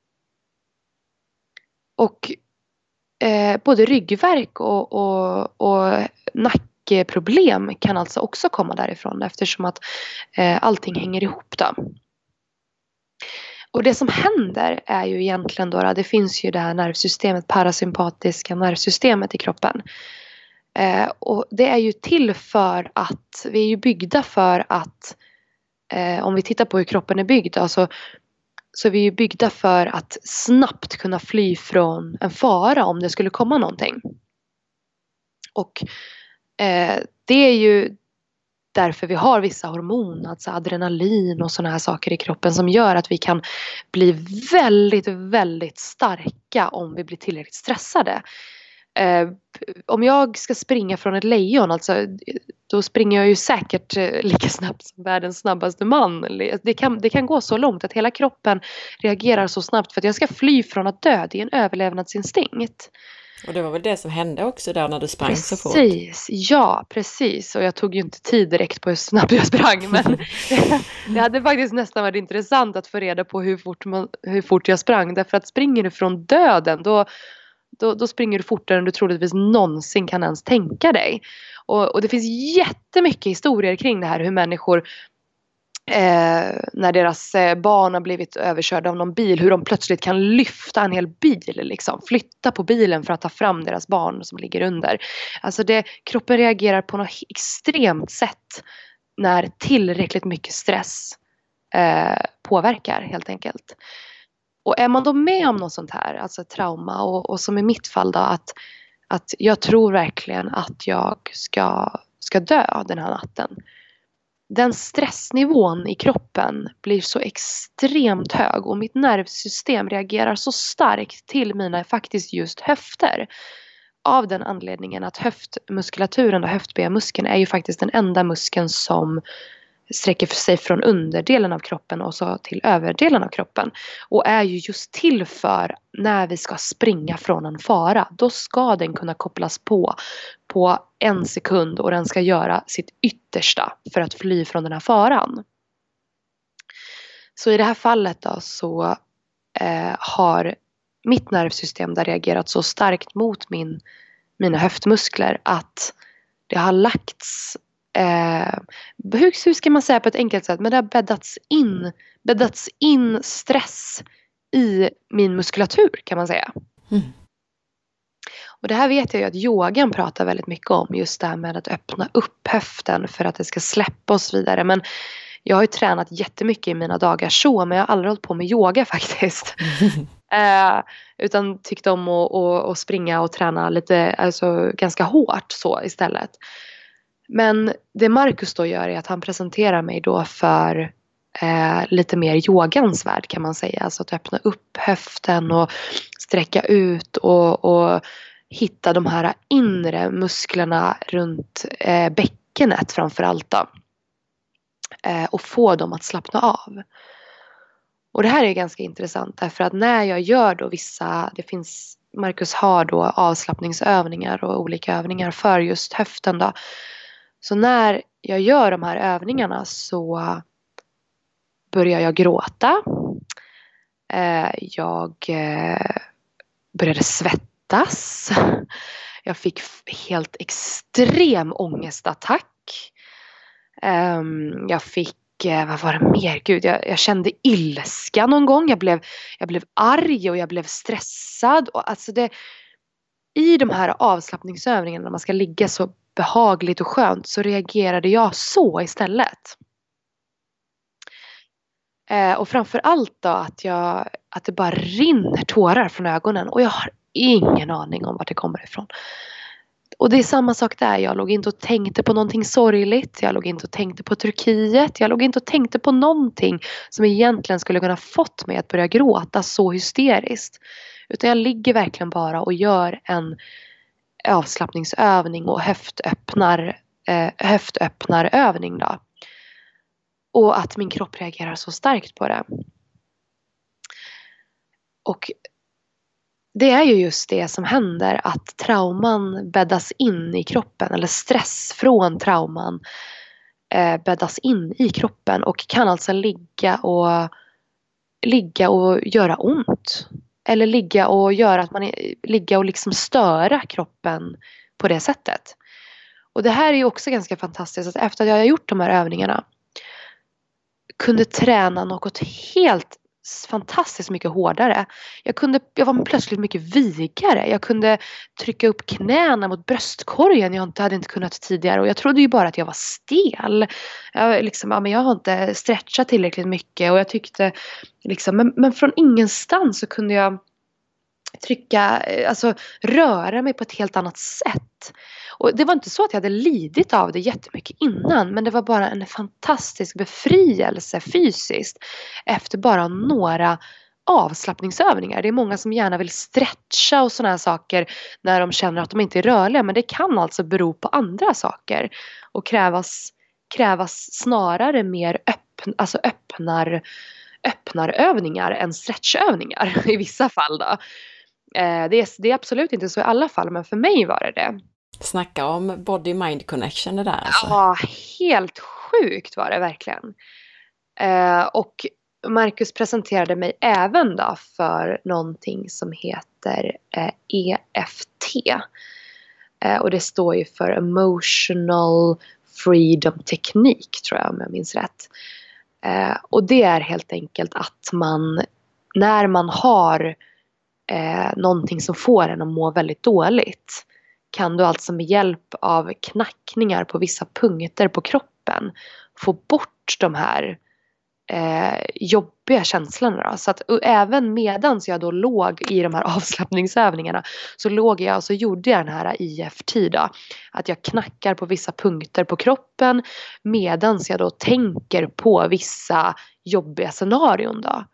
Och eh, både ryggvärk och, och, och nackproblem kan alltså också komma därifrån, eftersom att eh, allting hänger ihop då. Och det som händer är ju egentligen då, då det finns ju det här nervsystemet, parasympatiska nervsystemet i kroppen. Eh, och det är ju till för att, vi är ju byggda för att, eh, om vi tittar på hur kroppen är byggd, alltså, så är vi ju byggda för att snabbt kunna fly från en fara om det skulle komma någonting. Och eh, det är ju därför vi har vissa hormoner, alltså adrenalin och såna här saker i kroppen som gör att vi kan bli väldigt, väldigt starka om vi blir tillräckligt stressade. Eh, om jag ska springa från ett lejon, alltså, då springer jag ju säkert lika snabbt som världens snabbaste man. Det kan, det kan gå så långt att hela kroppen reagerar så snabbt för att jag ska fly från att dö. Det är en överlevnadsinstinkt. Och det var väl det som hände också där när du sprang precis, så fort? Precis, ja precis. Och jag tog ju inte tid direkt på hur snabbt jag sprang. Men det hade faktiskt nästan varit intressant att få reda på hur fort, man, hur fort jag sprang. Därför att springer du från döden, då, då, då springer du fortare än du troligtvis någonsin kan ens tänka dig. Och, och det finns jättemycket historier kring det här. Hur människor, Eh, när deras eh, barn har blivit överkörda av någon bil, hur de plötsligt kan lyfta en hel bil, liksom, flytta på bilen för att ta fram deras barn som ligger under. Alltså det, kroppen reagerar på något extremt sätt när tillräckligt mycket stress eh, påverkar helt enkelt. Och är man då med om något sånt här, alltså ett trauma, och, och som i mitt fall då, att, att jag tror verkligen att jag ska, ska dö den här natten. Den stressnivån i kroppen blir så extremt hög och mitt nervsystem reagerar så starkt till mina faktiskt just höfter. Av den anledningen att höftmuskulaturen och höftbenmuskeln är ju faktiskt den enda muskeln som sträcker sig från underdelen av kroppen och så till överdelen av kroppen. Och är ju just till för när vi ska springa från en fara. Då ska den kunna kopplas på på en sekund och den ska göra sitt yttersta för att fly från den här faran. Så i det här fallet då så eh, har mitt nervsystem där reagerat så starkt mot min, mina höftmuskler att det har lagts Eh, hur ska man säga på ett enkelt sätt, men det har bäddats in bäddats in stress i min muskulatur kan man säga. Mm. Och det här vet jag ju att yogan pratar väldigt mycket om, just det här med att öppna upp höften för att det ska släppa och så vidare. Men jag har ju tränat jättemycket i mina dagar så, men jag har aldrig hållit på med yoga faktiskt. eh, utan tyckte om att, att, att springa och träna lite, alltså ganska hårt så istället. Men det Marcus då gör är att han presenterar mig då för eh, lite mer yogans värld kan man säga. Alltså att öppna upp höften och sträcka ut och, och hitta de här inre musklerna runt eh, bäckenet framförallt då. Eh, och få dem att slappna av. Och det här är ganska intressant därför att när jag gör då vissa, det finns, Marcus har då avslappningsövningar och olika övningar för just höften då. Så när jag gör de här övningarna så börjar jag gråta. Jag började svettas. Jag fick helt extrem ångestattack. Jag fick, vad var det mer? Gud, jag, jag kände ilska någon gång. Jag blev, jag blev arg och jag blev stressad. Och alltså det, i de här avslappningsövningarna när man ska ligga så behagligt och skönt så reagerade jag så istället. Eh, och framförallt då att, jag, att det bara rinner tårar från ögonen och jag har ingen aning om var det kommer ifrån. Och det är samma sak där. Jag låg inte och tänkte på någonting sorgligt. Jag låg inte och tänkte på Turkiet. Jag låg inte och tänkte på någonting som egentligen skulle kunna fått mig att börja gråta så hysteriskt. Utan jag ligger verkligen bara och gör en avslappningsövning och höftöppnar, eh, höftöppnarövning då. Och att min kropp reagerar så starkt på det. Och det är ju just det som händer, att trauman bäddas in i kroppen, eller stress från trauman eh, bäddas in i kroppen och kan alltså ligga och ligga och göra ont. Eller ligga och göra att man är, ligga och liksom störa kroppen på det sättet. Och det här är ju också ganska fantastiskt, att efter att jag har gjort de här övningarna kunde träna något helt fantastiskt mycket hårdare. Jag, kunde, jag var plötsligt mycket vigare. Jag kunde trycka upp knäna mot bröstkorgen. Jag inte, hade inte kunnat tidigare. Och jag trodde ju bara att jag var stel. Jag, liksom, ja, men jag har inte stretchat tillräckligt mycket. Och jag tyckte liksom, men, men från ingenstans så kunde jag trycka, alltså röra mig på ett helt annat sätt. Och det var inte så att jag hade lidit av det jättemycket innan, men det var bara en fantastisk befrielse fysiskt efter bara några avslappningsövningar. Det är många som gärna vill stretcha och såna här saker när de känner att de inte är rörliga, men det kan alltså bero på andra saker och krävas, krävas snarare mer öppn, alltså öppnar, öppnarövningar än stretchövningar i vissa fall då. Eh, det, är, det är absolut inte så i alla fall, men för mig var det det. Snacka om body-mind connection det där alltså. Ja, helt sjukt var det verkligen. Eh, och Marcus presenterade mig även då för någonting som heter eh, E F T. Eh, och det står ju för Emotional Freedom Technique, tror jag om jag minns rätt. Eh, och det är helt enkelt att man, när man har eh, någonting som får en att må väldigt dåligt, kan du alltså med hjälp av knackningar på vissa punkter på kroppen få bort de här eh, jobbiga känslorna då. Så att och även medans jag då låg i de här avslappningsövningarna så låg jag och så gjorde jag den här I F T då. Att jag knackar på vissa punkter på kroppen medans jag då tänker på vissa jobbiga scenarion då.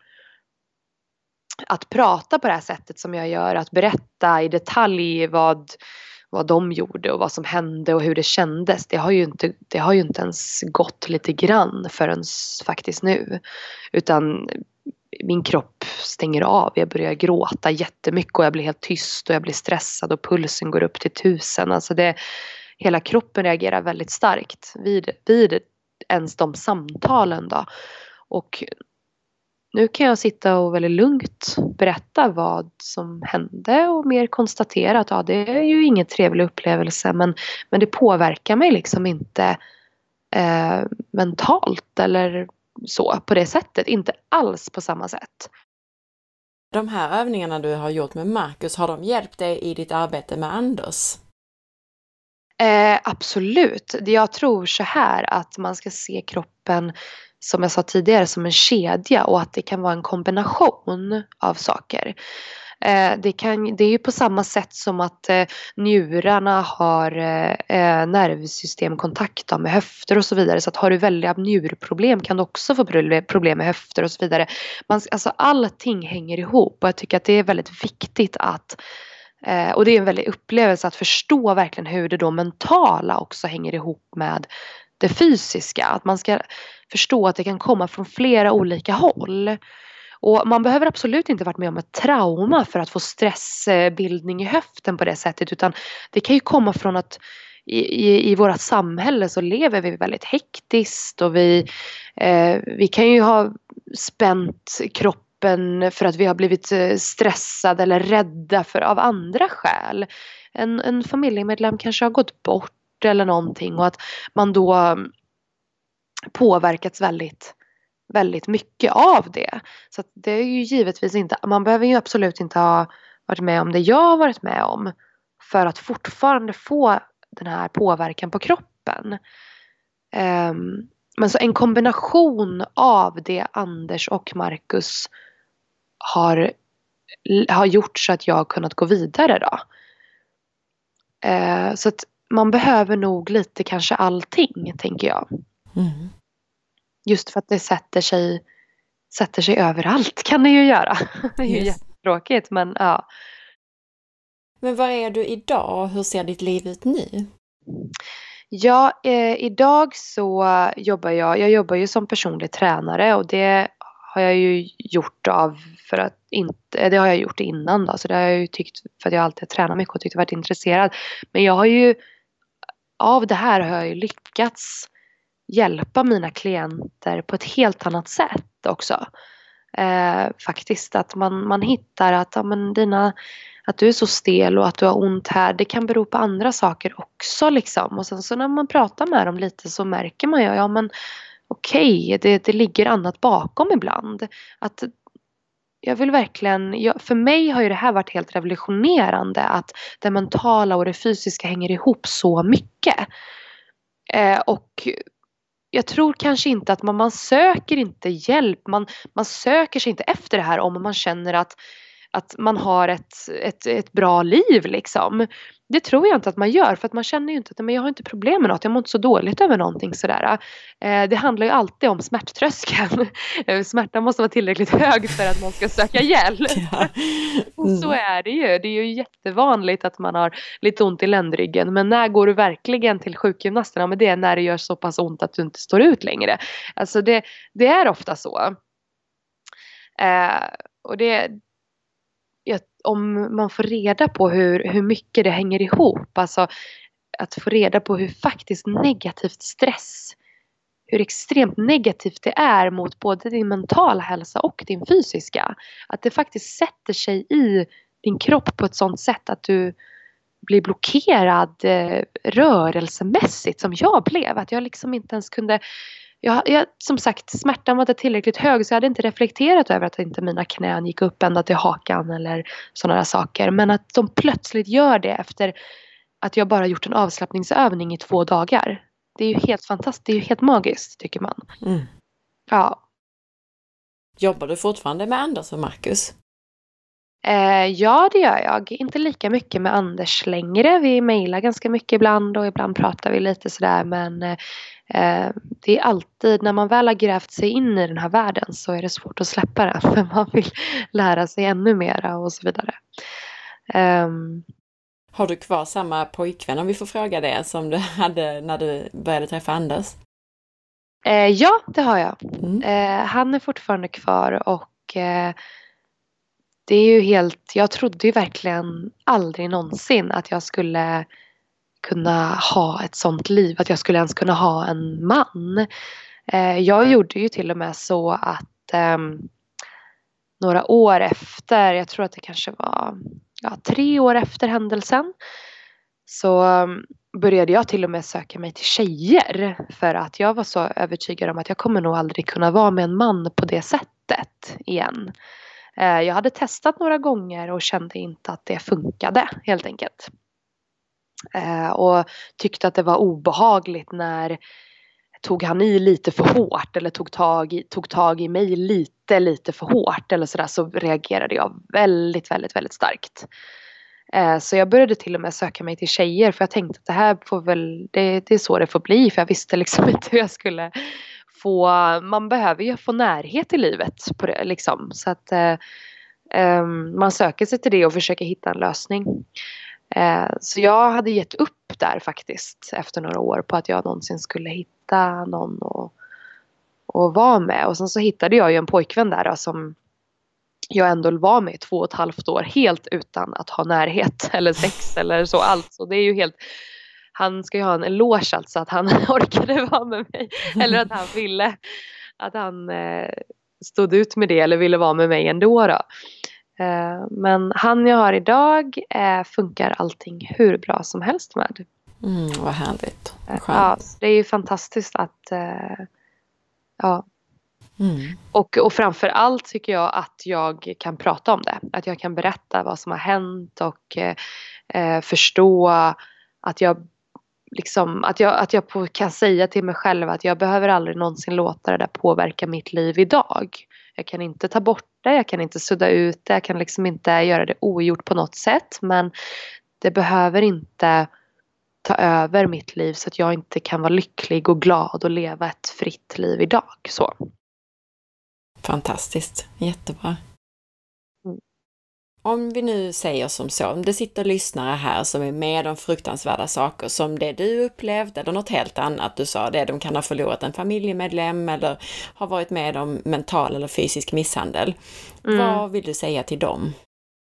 Att prata på det här sättet som jag gör, att berätta i detalj vad, vad de gjorde och vad som hände och hur det kändes. Det har ju inte, det har ju inte ens gått lite grann förrän faktiskt nu. Utan min kropp stänger av. Jag börjar gråta jättemycket och jag blir helt tyst och jag blir stressad och pulsen går upp till tusen. Alltså det, hela kroppen reagerar väldigt starkt vid, vid ens de samtalen då. Och nu kan jag sitta och väldigt lugnt berätta vad som hände och mer konstatera att ja, det är ju ingen trevlig upplevelse men, men det påverkar mig liksom inte eh, mentalt eller så på det sättet. Inte alls på samma sätt. De här övningarna du har gjort med Marcus, har de hjälpt dig i ditt arbete med Anders? Eh, absolut. Jag tror så här att man ska se kroppen som jag sa tidigare som en kedja och att det kan vara en kombination av saker. Eh, det, kan, det är ju på samma sätt som att eh, njurarna har eh, nervsystemkontakt med höfter och så vidare. Så att har du väldiga njurproblem kan du också få problem med höfter och så vidare. Man, alltså allting hänger ihop och jag tycker att det är väldigt viktigt att eh, och det är en väldig upplevelse att förstå verkligen hur det då mentala också hänger ihop med det fysiska. Att man ska förstå att det kan komma från flera olika håll. Och man behöver absolut inte varit med om ett trauma för att få stressbildning i höften på det sättet. Utan det kan ju komma från att i, i, i vårt samhälle så lever vi väldigt hektiskt. Och vi, eh, vi kan ju ha spänt kroppen för att vi har blivit stressade eller rädda för, av andra skäl. En, en familjemedlem kanske har gått bort eller någonting och att man då påverkats väldigt, väldigt mycket av det. Så att det är ju givetvis inte, man behöver ju absolut inte ha varit med om det jag har varit med om för att fortfarande få den här påverkan på kroppen. Um, men så en kombination av det Anders och Marcus har, har gjort så att jag har kunnat gå vidare då. Uh, så att man behöver nog lite kanske allting, tänker jag. Mm. Just för att det sätter sig, sätter sig överallt kan det ju göra. Det är ju yes. jättetråkigt, men ja. Men var är du idag och hur ser ditt liv ut nu? Ja, eh, idag så jobbar jag, jag jobbar ju som personlig tränare och det har jag ju gjort av för att inte, det har jag gjort innan då, så det har jag ju tyckt för att jag alltid tränat mycket och tyckt varit intresserad. Men jag har ju, av det här har jag ju lyckats hjälpa mina klienter på ett helt annat sätt också. Eh, faktiskt att man, man hittar att, ja, men dina, att du är så stel och att du har ont här, det kan bero på andra saker också liksom. Och sen så när man pratar med dem lite så märker man ju, ja men okej, okay, det, det ligger annat bakom ibland. Att jag vill verkligen, jag, för mig har ju det här varit helt revolutionerande att det mentala och det fysiska hänger ihop så mycket. Eh, och jag tror kanske inte att man, man söker inte hjälp, man, man söker sig inte efter det här om man känner att, att man har ett, ett, ett bra liv liksom. Det tror jag inte att man gör för att man känner ju inte att men jag har inte problem med något, jag mår inte så dåligt över någonting sådär. Eh, det handlar ju alltid om smärttröskeln. Smärtan måste vara tillräckligt hög för att man ska söka hjälp. Ja. Mm. Så är det ju. Det är ju jättevanligt att man har lite ont i ländryggen. Men när går du verkligen till sjukgymnasterna? Men det är när det gör så pass ont att du inte står ut längre. Alltså det, det är ofta så. Eh, och det om man får reda på hur, hur mycket det hänger ihop. Alltså att få reda på hur faktiskt negativt stress, hur extremt negativt det är mot både din mentala hälsa och din fysiska. Att det faktiskt sätter sig i din kropp på ett sådant sätt att du blir blockerad eh, rörelsemässigt som jag blev. Att jag liksom inte ens kunde... Jag, jag, som sagt, smärtan var inte tillräckligt hög så jag hade inte reflekterat över att inte mina knän gick upp ända till hakan eller sådana där saker. Men att de plötsligt gör det efter att jag bara gjort en avslappningsövning i två dagar. Det är ju helt fantastiskt, det är ju helt magiskt tycker man. Mm. Ja. Jobbar du fortfarande med Anders och Marcus? Eh, ja, det gör jag. Inte lika mycket med Anders längre. Vi mejlar ganska mycket ibland och ibland pratar vi lite sådär. Men eh, det är alltid, när man väl har grävt sig in i den här världen så är det svårt att släppa det. För man vill lära sig ännu mera och så vidare. Um, Har du kvar samma pojkvän, om vi får fråga det, som du hade när du började träffa Anders? eh, ja, det har jag. Mm. Eh, han är fortfarande kvar och eh, det är ju helt, jag trodde ju verkligen aldrig någonsin att jag skulle kunna ha ett sånt liv. Att jag skulle ens kunna ha en man. Eh, jag gjorde ju till och med så att eh, några år efter, jag tror att det kanske var ja, tre år efter händelsen. Så um, började jag till och med söka mig till tjejer. För att jag var så övertygad om att jag kommer nog aldrig kunna vara med en man på det sättet igen. Eh, jag hade testat några gånger och kände inte att det funkade helt enkelt. Eh, och tyckte att det var obehagligt när tog han i lite för hårt eller tog tag i, tog tag i mig lite lite för hårt eller sådär, så reagerade jag väldigt väldigt väldigt starkt. Eh, så jag började till och med söka mig till tjejer för jag tänkte att det här får väl, det, det är så det får bli, för jag visste liksom inte hur jag skulle få, man behöver ju få närhet i livet på det, liksom. Så att eh, eh, man söker sig till det och försöker hitta en lösning. Eh, så jag hade gett upp där faktiskt efter några år på att jag någonsin skulle hitta någon och, och vara med. Och sen så hittade jag ju en pojkvän där då, som jag ändå var med i två och ett halvt år helt utan att ha närhet eller sex eller så allt. Så det är ju helt, han ska ju ha en eloge alltså att han orkade vara med mig. Eller att han ville, att han eh, stod ut med det eller ville vara med mig ändå då. Eh, men han jag har idag eh, funkar allting hur bra som helst med. Mm, vad härligt. Vad ja, det är ju fantastiskt att eh, ja. Mm. Och, och framför allt tycker jag att jag kan prata om det. Att jag kan berätta vad som har hänt och eh, förstå att jag liksom, att jag, att jag på, kan säga till mig själv att jag behöver aldrig någonsin låta det där påverka mitt liv idag. Jag kan inte ta bort det, jag kan inte sudda ut det, jag kan liksom inte göra det ogjort på något sätt. Men det behöver inte ta över mitt liv så att jag inte kan vara lycklig och glad och leva ett fritt liv idag. Så. Fantastiskt, jättebra. Mm. Om vi nu säger som så, om det sitter lyssnare här som är med om fruktansvärda saker som det du upplevt eller något helt annat, du sa det, de kan ha förlorat en familjemedlem eller har varit med om mental eller fysisk misshandel. Mm. Vad vill du säga till dem?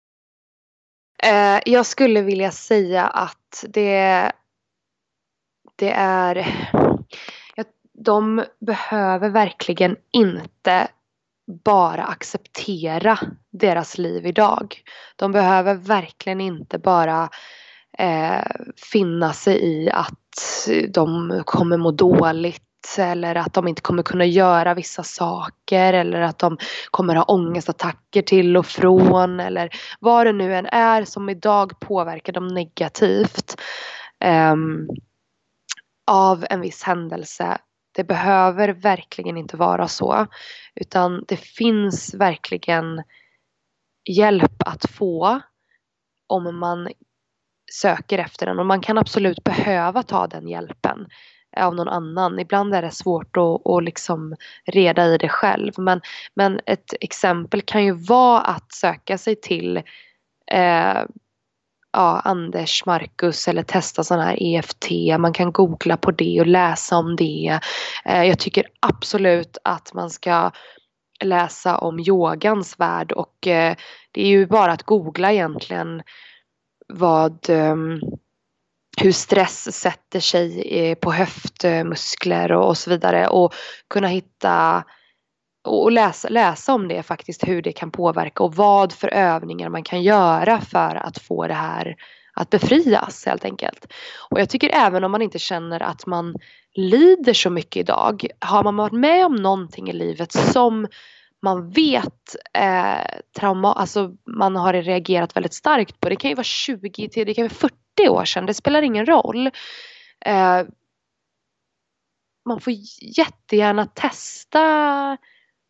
Eh, jag skulle vilja säga att det, det är, de behöver verkligen inte bara acceptera deras liv idag. De behöver verkligen inte bara eh, finna sig i att de kommer må dåligt eller att de inte kommer kunna göra vissa saker eller att de kommer ha ångestattacker till och från eller vad det nu än är som idag påverkar dem negativt eh, av en viss händelse. Det behöver verkligen inte vara så, utan det finns verkligen hjälp att få om man söker efter den. Och man kan absolut behöva ta den hjälpen av någon annan. Ibland är det svårt att, att liksom reda i det själv. Men, men ett exempel kan ju vara att söka sig till eh, ja, Anders, Marcus eller testa sån här E F T. Man kan googla på det och läsa om det. Eh, jag tycker absolut att man ska läsa om yogans värld och eh, det är ju bara att googla egentligen vad eh, hur stress sätter sig eh, på höftmuskler och, och så vidare och kunna hitta och läsa, läsa om det faktiskt, hur det kan påverka och vad för övningar man kan göra för att få det här att befrias helt enkelt. Och jag tycker även om man inte känner att man lider så mycket idag, har man varit med om någonting i livet som man vet eh, trauma, alltså man har reagerat väldigt starkt på. Det kan ju vara tjugo till det kan vara fyrtio år sedan, det spelar ingen roll. Eh, man får jättegärna testa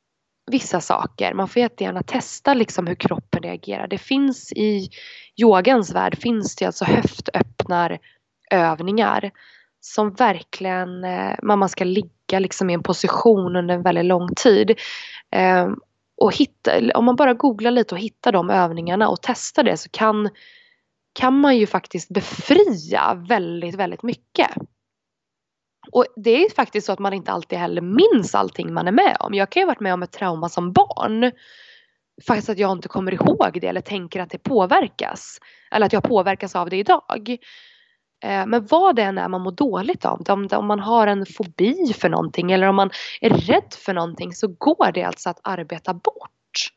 vissa saker. Man får jättegärna testa liksom hur kroppen reagerar. Det finns i yogans värld finns det alltså höftöppnarövningar som verkligen eh, man ska ligga liksom i en position under en väldigt lång tid. Eh, och hitta, om man bara googlar lite och hittar de övningarna och testar det, så kan, kan man ju faktiskt befria väldigt, väldigt mycket. Och det är faktiskt så att man inte alltid heller minns allting man är med om. Jag kan ju ha varit med om ett trauma som barn. Faktiskt att jag inte kommer ihåg det eller tänker att det påverkas. Eller att jag påverkas av det idag. Men vad det än är man mår dåligt av. Om, om man har en fobi för någonting eller om man är rädd för någonting, så går det alltså att arbeta bort.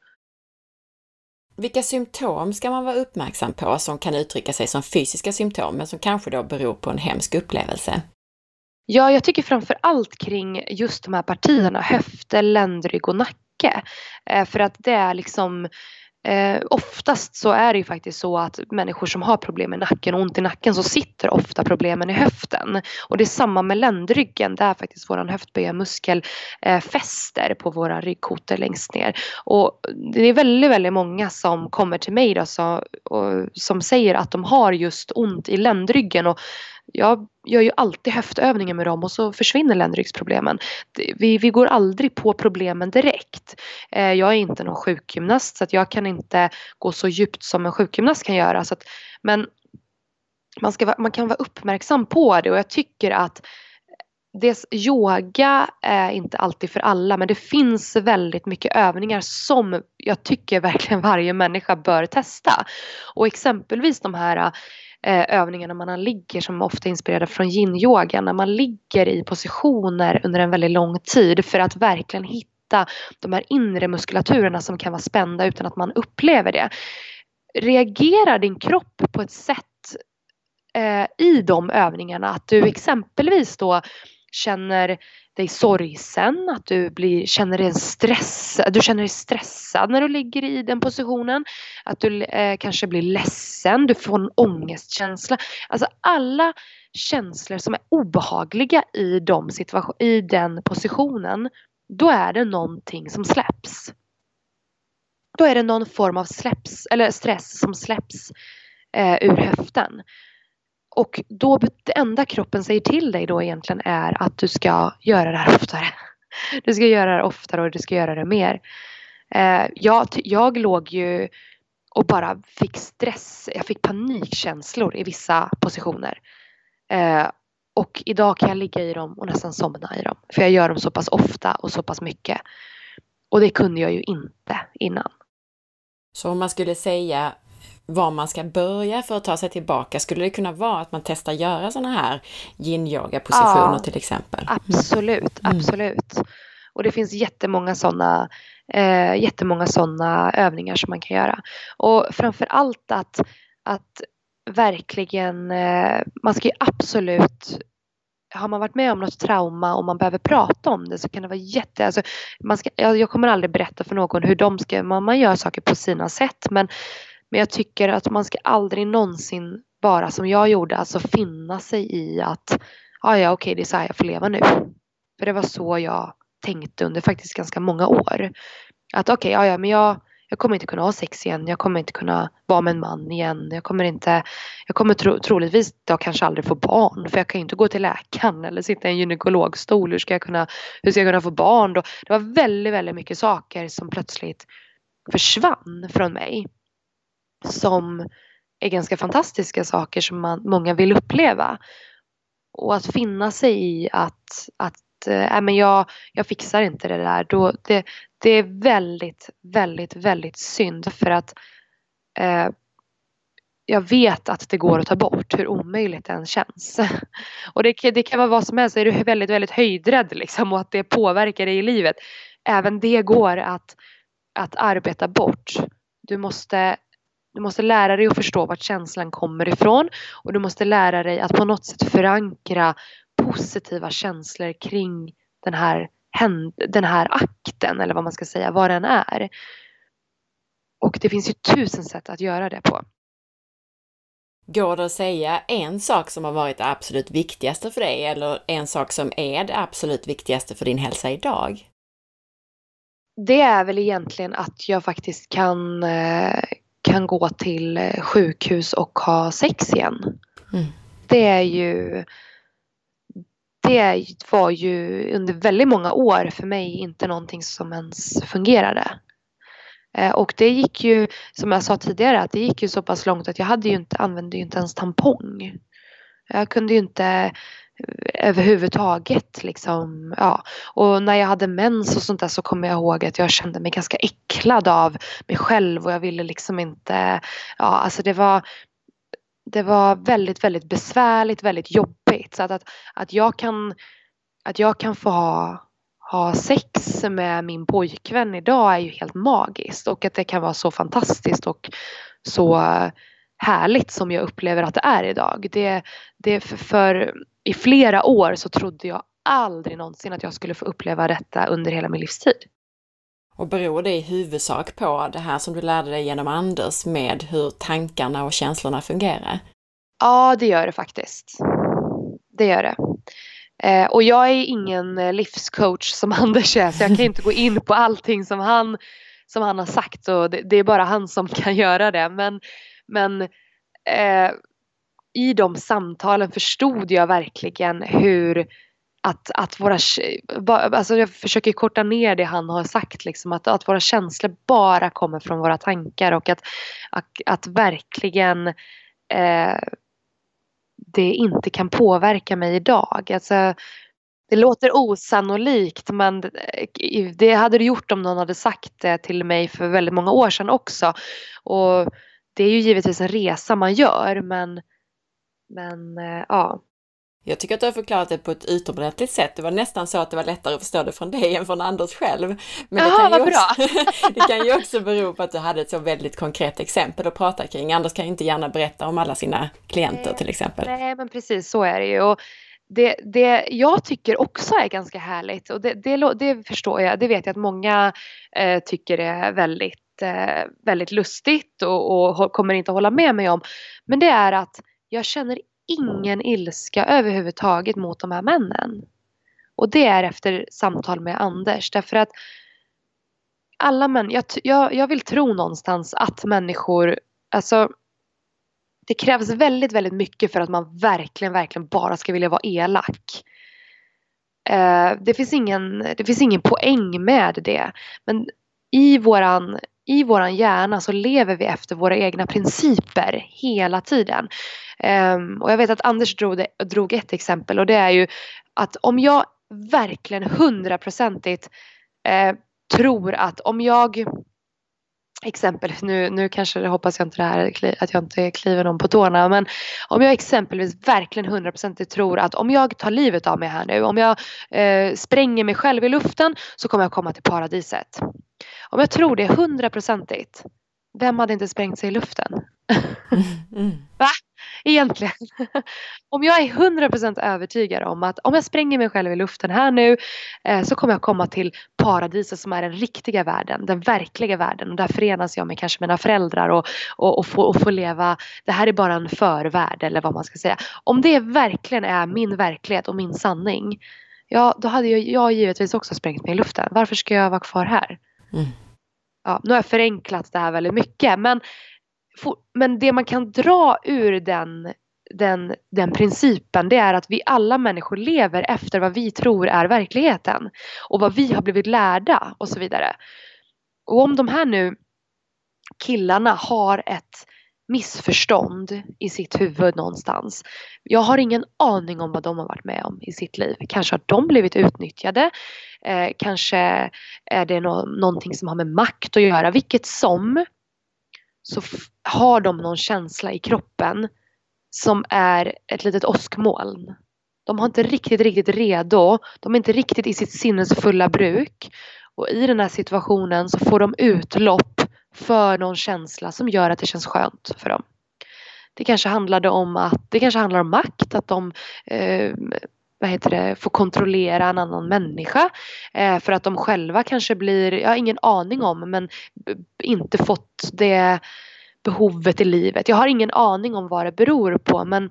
Vilka symptom ska man vara uppmärksam på som kan uttrycka sig som fysiska symptom, men som kanske då beror på en hemsk upplevelse? Ja, jag tycker framför allt kring just de här partierna, höfter, ländrygg och nacke. Eh, för att det är liksom, eh, oftast så är det ju faktiskt så att människor som har problem med nacken och ont i nacken, så sitter ofta problemen i höften. Och det är samma med ländryggen, där faktiskt våran höftböjarmuskel eh, fäster på våra ryggkotor längst ner. Och det är väldigt, väldigt många som kommer till mig då, så, och, som säger att de har just ont i ländryggen, och jag gör ju alltid höftövningar med dem och så försvinner ländryggsproblemen. Vi, vi går aldrig på problemen direkt. Eh, jag är inte någon sjukgymnast, så att jag kan inte gå så djupt som en sjukgymnast kan göra. Så att, men man, ska, man kan vara uppmärksam på det, och jag tycker att dels yoga är inte alltid för alla, men det finns väldigt mycket övningar som jag tycker verkligen varje människa bör testa. Och exempelvis de här övningarna man ligger, som ofta är inspirerade från yin-yoga, när man ligger i positioner under en väldigt lång tid för att verkligen hitta de här inre muskulaturerna som kan vara spända utan att man upplever det. Reagerar din kropp på ett sätt eh, i de övningarna att du exempelvis då känner dig sorgsen, att du blir, känner dig stress, du känner dig stressad när du ligger i den positionen, att du eh, kanske blir ledsen, du får en ångestkänsla. Alltså alla känslor som är obehagliga i, de situation, i den positionen, då är det någonting som släpps. Då är det någon form av släpps, eller stress som släpps eh, ur höften. Och då det enda kroppen säger till dig då egentligen är att du ska göra det här oftare. Du ska göra det här oftare och du ska göra det mer. Eh, jag, jag låg ju och bara fick stress. Jag fick panikkänslor i vissa positioner. Eh, och idag kan jag ligga i dem och nästan somna i dem. För jag gör dem så pass ofta och så pass mycket. Och det kunde jag ju inte innan. Så om man skulle säga var man ska börja för att ta sig tillbaka, skulle det kunna vara att man testar göra sådana här yin-yoga-positioner, ja, till exempel? Absolut, mm. absolut. Och det finns jättemånga sådana eh, jättemånga sådana övningar som man kan göra. Och framför allt att, att verkligen, eh, man ska ju absolut, har man varit med om något trauma och man behöver prata om det, så kan det vara jätte, alltså, man ska, jag, jag kommer aldrig berätta för någon hur de ska, man, man gör saker på sina sätt, men Men jag tycker att man ska aldrig någonsin bara som jag gjorde, alltså finna sig i att ah, ja okej, det är så här jag får leva nu. För det var så jag tänkte under faktiskt ganska många år. Att okej, okay, ja, ja men jag, jag kommer inte kunna ha sex igen. Jag kommer inte kunna vara med en man igen. Jag kommer inte, jag kommer tro, troligtvis då kanske aldrig få barn. För jag kan ju inte gå till läkaren eller sitta i en gynekologstol. Hur ska jag kunna, hur ska jag kunna få barn då? Det var väldigt, väldigt mycket saker som plötsligt försvann från mig. Som är ganska fantastiska saker som man, många vill uppleva. Och att finna sig i att, att äh, men jag, jag fixar inte det där. Då, det, det är väldigt, väldigt, väldigt synd. För att äh, jag vet att det går att ta bort, hur omöjligt det än känns. Och det, det kan vara vad som helst. Är du väldigt, väldigt höjdrädd liksom, och att det påverkar dig i livet. Även det går att, att arbeta bort. Du måste... Du måste lära dig att förstå vart känslan kommer ifrån. Och du måste lära dig att på något sätt förankra positiva känslor kring den här, den här akten. Eller vad man ska säga, vad den är. Och det finns ju tusen sätt att göra det på. Går det att säga en sak som har varit det absolut viktigaste för dig? Eller en sak som är det absolut viktigaste för din hälsa idag? det är väl egentligen att jag faktiskt kan, eh, kan gå till sjukhus och ha sex igen. Mm. Det är ju, det var ju under väldigt många år för mig inte någonting som ens fungerade. Eh, och det gick ju, som jag sa tidigare, att det gick ju så pass långt att jag hade ju inte, använde ju inte ens tampong. Jag kunde ju inte överhuvudtaget liksom, ja. Och när jag hade mens och sånt där så kommer jag ihåg att jag kände mig ganska äcklad av mig själv och jag ville liksom inte, ja alltså det var det var väldigt väldigt besvärligt, väldigt jobbigt, så att, att, att jag kan att jag kan få ha ha sex med min pojkvän idag är ju helt magiskt, och att det kan vara så fantastiskt och så härligt som jag upplever att det är idag. Det, det för, för i flera år så trodde jag aldrig någonsin att jag skulle få uppleva detta under hela min livstid. Och beror det i huvudsak på det här som du lärde dig genom Anders med hur tankarna och känslorna fungerar? Ja, det gör det faktiskt. Det gör det. Eh, och jag är ingen livscoach som Anders är, så jag kan inte gå in på allting som han, som han har sagt. Och det, det är bara han som kan göra det. Men, men eh, i de samtalen förstod jag verkligen hur att, att våra, alltså jag försöker korta ner det han har sagt, liksom, att, att våra känslor bara kommer från våra tankar, och att, att, att verkligen eh, det inte kan påverka mig idag. Alltså, det låter osannolikt, men det hade det gjort om någon hade sagt det till mig för väldigt många år sedan också. Och det är ju givetvis en resa man gör, men, men ja. Jag tycker att du har förklarat det på ett utomordentligt sätt. Det var nästan så att det var lättare att förstå det från dig än från Anders själv. Men Aha, det, kan ju bra. också, det kan ju också bero på att du hade ett så väldigt konkret exempel att prata kring. Anders kan ju inte gärna berätta om alla sina klienter nej, till exempel. Nej, men precis så är det ju. Och det, det jag tycker också är ganska härligt, och det, det, det förstår jag, det vet jag att många eh, tycker är väldigt, eh, väldigt lustigt och, och kommer inte hålla med mig om. Men det är att jag känner ingen ilska överhuvudtaget mot de här männen. Och det är efter samtal med Anders. Därför att alla män, jag, jag, jag vill tro någonstans att människor, alltså det krävs väldigt, väldigt mycket för att man verkligen, verkligen bara ska vilja vara elak. Eh, det finns ingen, det finns ingen poäng med det. Men i våran, i våran hjärna så lever vi efter våra egna principer hela tiden. Um, och jag vet att Anders drog, det, drog ett exempel, och det är ju att om jag verkligen hundraprocentigt eh, tror att om jag exempel, nu, nu kanske det hoppas jag inte det här att jag inte kliver någon på tårna, men om jag exempelvis verkligen hundraprocentigt tror att om jag tar livet av mig här nu, om jag eh, spränger mig själv i luften, så kommer jag komma till paradiset. Om jag tror det hundraprocentigt, vem hade inte sprängt sig i luften? Mm, mm. Va? Egentligen. Om jag är hundra procent övertygad om att om jag spränger mig själv i luften här nu, eh, så kommer jag komma till paradiset som är den riktiga världen, den verkliga världen. Och där förenas jag med kanske mina föräldrar och, och, och, få, och få leva, det här är bara en förvärld eller vad man ska säga. Om det verkligen är min verklighet och min sanning, ja då hade jag, jag givetvis också sprängt mig i luften. Varför ska jag vara kvar här? Mm. Ja, nu har jag förenklat det här väldigt mycket, men Men det man kan dra ur den, den, den principen, det är att vi alla människor lever efter vad vi tror är verkligheten. Och vad vi har blivit lärda och så vidare. Och om de här nu killarna har ett missförstånd i sitt huvud någonstans. Jag har ingen aning om vad de har varit med om i sitt liv. Kanske har de blivit utnyttjade. Eh, kanske är det no- någonting som har med makt att göra. Vilket som... så f- har de någon känsla i kroppen som är ett litet åskmoln. De har inte riktigt, riktigt redo. De är inte riktigt i sitt sinnes fulla bruk. Och i den här situationen så får de utlopp för någon känsla som gör att det känns skönt för dem. Det kanske handlade om att det kanske handlar om makt, att de eh, vad heter det, får kontrollera en annan människa eh, för att de själva kanske blir, jag har ingen aning om, men b- inte fått det behovet i livet. Jag har ingen aning om vad det beror på, men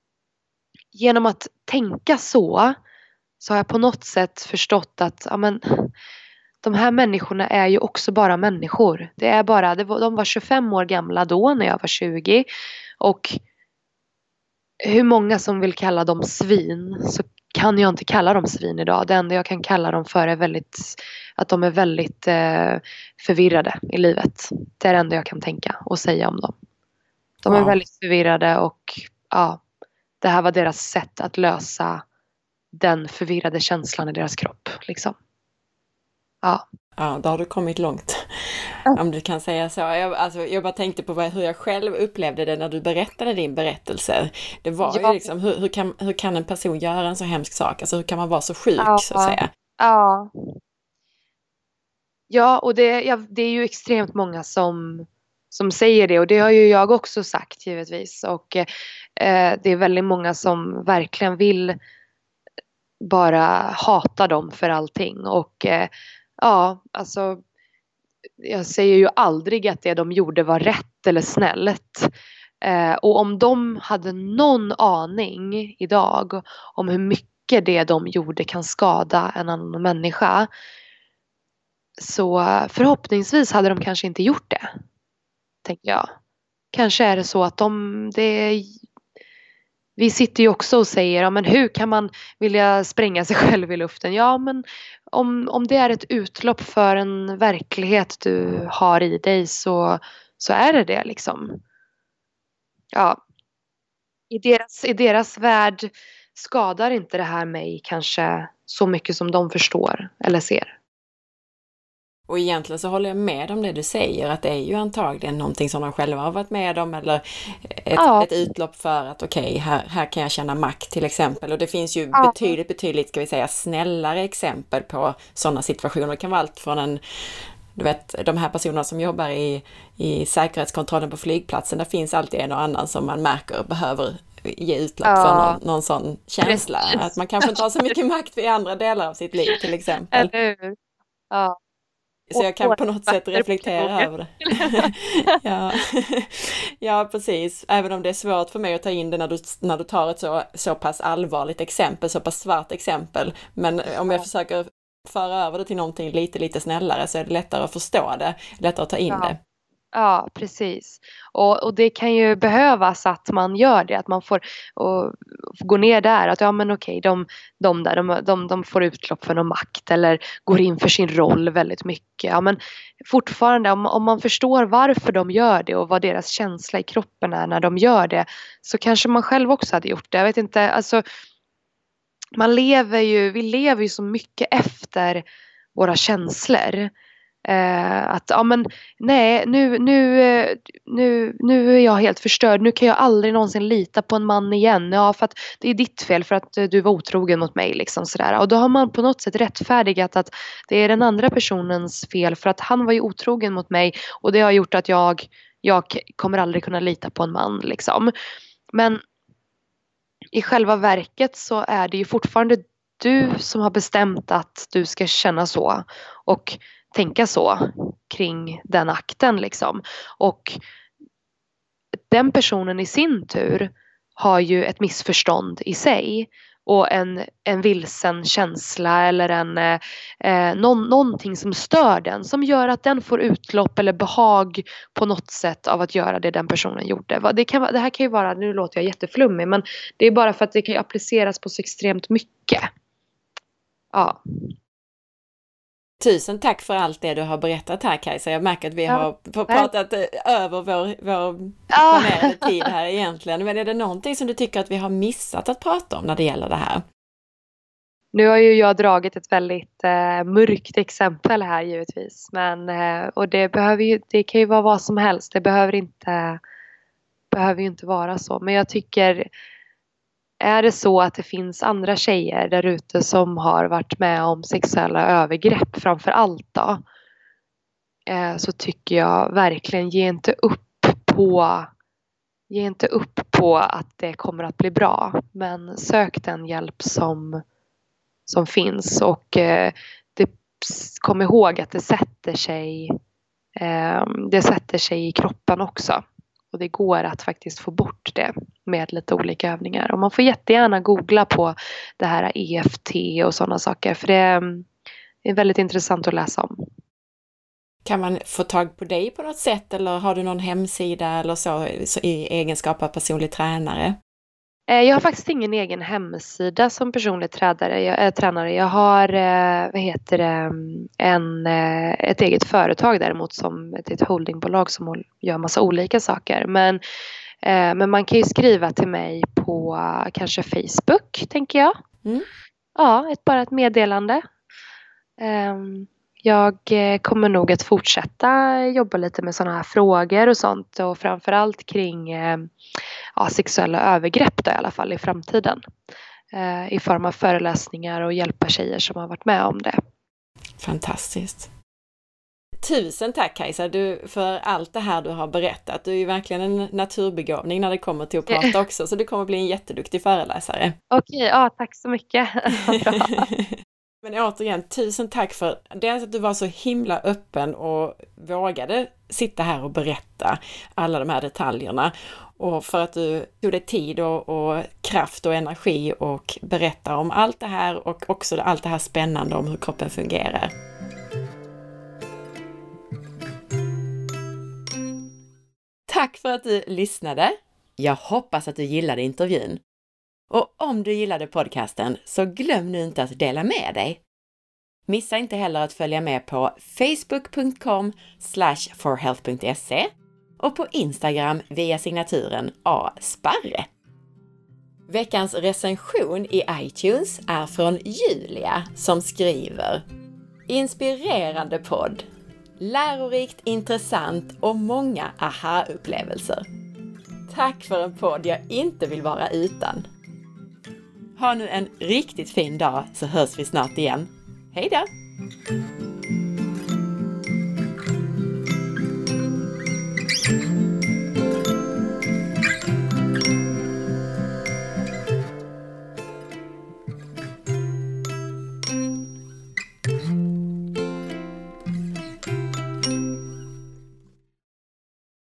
genom att tänka så så har jag på något sätt förstått att ja, men, de här människorna är ju också bara människor. Det är bara, det var, de var tjugofem år gamla då när jag var tjugo. Och hur många som vill kalla dem svin, så kan jag inte kalla dem svin idag. Det enda jag kan kalla dem för är väldigt, att de är väldigt eh, förvirrade i livet. Det är det enda jag kan tänka och säga om dem. De Wow. är väldigt förvirrade och ja, det här var deras sätt att lösa den förvirrade känslan i deras kropp. Liksom. Ja. Ja, då har du kommit långt. Om du kan säga så. Jag, alltså, jag bara tänkte på vad, hur jag själv upplevde det när du berättade din berättelse. Det var Ja. ju liksom, hur, hur, kan, hur kan en person göra en så hemsk sak? Alltså hur kan man vara så sjuk, Ja. så att säga? Ja. Ja, och det, ja, det är ju extremt många som, som säger det. Och det har ju jag också sagt givetvis. Och eh, det är väldigt många som verkligen vill bara hata dem för allting. Och eh, ja, alltså jag säger ju aldrig att det de gjorde var rätt eller snällt. Eh, och om de hade någon aning idag om hur mycket det de gjorde kan skada en annan människa, så förhoppningsvis hade de kanske inte gjort det. Tänker jag. Kanske är det så att de... Det, vi sitter ju också och säger, ja, men hur kan man vilja spränga sig själv i luften? Ja, men om, om det är ett utlopp för en verklighet du har i dig, så, så är det det liksom. Ja. I deras, I deras värld skadar inte det här mig kanske så mycket som de förstår eller ser. Och egentligen så håller jag med om det du säger, att det är ju antagligen någonting som de själva har varit med om, eller ett, Ja. ett utlopp för att okej, okay, här, här kan jag känna makt till exempel. Och det finns ju Ja. betydligt, betydligt, ska vi säga, snällare exempel på sådana situationer. Det kan vara allt från en, du vet, de här personerna som jobbar i, i säkerhetskontrollen på flygplatsen, där finns alltid en och annan som man märker behöver ge utlopp Ja. för någon, någon sån känsla. Precis. Att man kanske inte har så mycket makt i andra delar av sitt liv till exempel. Eller hur? Ja. Så jag kan på något sätt Och- reflektera över det. ja. ja, precis. Även om det är svårt för mig att ta in det när du, när du tar ett så, så pass allvarligt exempel, så pass svart exempel. Men om jag försöker föra över det till någonting lite, lite snällare, så är det lättare att förstå det, lättare att ta in Ja. det. Ja, precis. Och, och det kan ju behövas att man gör det. Att man får och, gå ner där. Att ja, men okej, de, de där, de, de, de får utlopp för någon makt. Eller går in för sin roll väldigt mycket. Ja, men fortfarande, om, om man förstår varför de gör det. Och vad deras känsla i kroppen är när de gör det. Så kanske man själv också hade gjort det. Jag vet inte, alltså. Man lever ju, vi lever ju så mycket efter våra känslor. Eh, att ja, men nej, nu, nu, nu, nu är jag helt förstörd. Nu kan jag aldrig någonsin lita på en man igen. Ja, för att det är ditt fel för att du var otrogen mot mig liksom sådär. Och då har man på något sätt rättfärdigat att det är den andra personens fel för att han var ju otrogen mot mig, och det har gjort att jag jag kommer aldrig kunna lita på en man liksom. Men i själva verket så är det ju fortfarande du som har bestämt att du ska känna så och tänka så kring den akten liksom. Och den personen i sin tur har ju ett missförstånd i sig och en, en vilsen känsla eller en, eh, någon, någonting som stör den, som gör att den får utlopp eller behag på något sätt av att göra det den personen gjorde. Det, kan, det här kan ju vara, nu låter jag jätteflummig, men det är bara för att det kan appliceras på så extremt mycket. Ja. Tusen tack för allt det du har berättat här, Kajsa. Jag märker att vi Ja, har pratat över vår, vår Ja. planerade tid här egentligen. Men är det någonting som du tycker att vi har missat att prata om när det gäller det här? Nu har ju jag dragit ett väldigt eh, mörkt exempel här givetvis. Men, eh, och det, behöver ju, det kan ju vara vad som helst. Det behöver inte, behöver ju inte vara så. Men jag tycker, är det så att det finns andra tjejer där ute som har varit med om sexuella övergrepp framför allt då. Eh, så tycker jag verkligen, ge inte upp på ge inte upp på att det kommer att bli bra. Men sök den hjälp som som finns, och eh, det, kom ihåg att det sätter sig eh, det sätter sig i kroppen också, och det går att faktiskt få bort det med lite olika övningar. Och man får jättegärna googla på det här E F T och sådana saker, för det, är väldigt intressant att läsa om. Kan man få tag på dig på något sätt eller har du någon hemsida eller så, så i egenskap av personlig tränare? Jag har faktiskt ingen egen hemsida som personlig tränare. Jag, äh, tränare. Jag har äh, vad heter det, en, äh, ett eget företag däremot som ett, ett holdingbolag som gör massa olika saker. Men, äh, men man kan ju skriva till mig på äh, kanske Facebook tänker jag. Mm. Ja, ett, bara ett meddelande. Um, Jag kommer nog att fortsätta jobba lite med sådana här frågor och sånt och framförallt kring ja, sexuella övergrepp då, i alla fall i framtiden. Eh, I form av föreläsningar och hjälpa tjejer som har varit med om det. Fantastiskt. Tusen tack Kajsa du, för allt det här du har berättat. Du är ju verkligen en naturbegåvning när det kommer till att prata också så du kommer bli en jätteduktig föreläsare. Okej, ja tack så mycket. Bra. Men återigen, tusen tack för dels att du var så himla öppen och vågade sitta här och berätta alla de här detaljerna. Och för att du tog dig tid och, och kraft och energi och berätta om allt det här och också allt det här spännande om hur kroppen fungerar. Tack för att du lyssnade. Jag hoppas att du gillade intervjun. Och om du gillade podcasten så glöm nu inte att dela med dig. Missa inte heller att följa med på facebook punkt com slash forhealth punkt se och på Instagram via signaturen asparre. Veckans recension i iTunes är från Julia som skriver: inspirerande podd, lärorikt, intressant och många aha-upplevelser. Tack för en podd jag inte vill vara utan. Ha nu en riktigt fin dag så hörs vi snart igen. Hej då!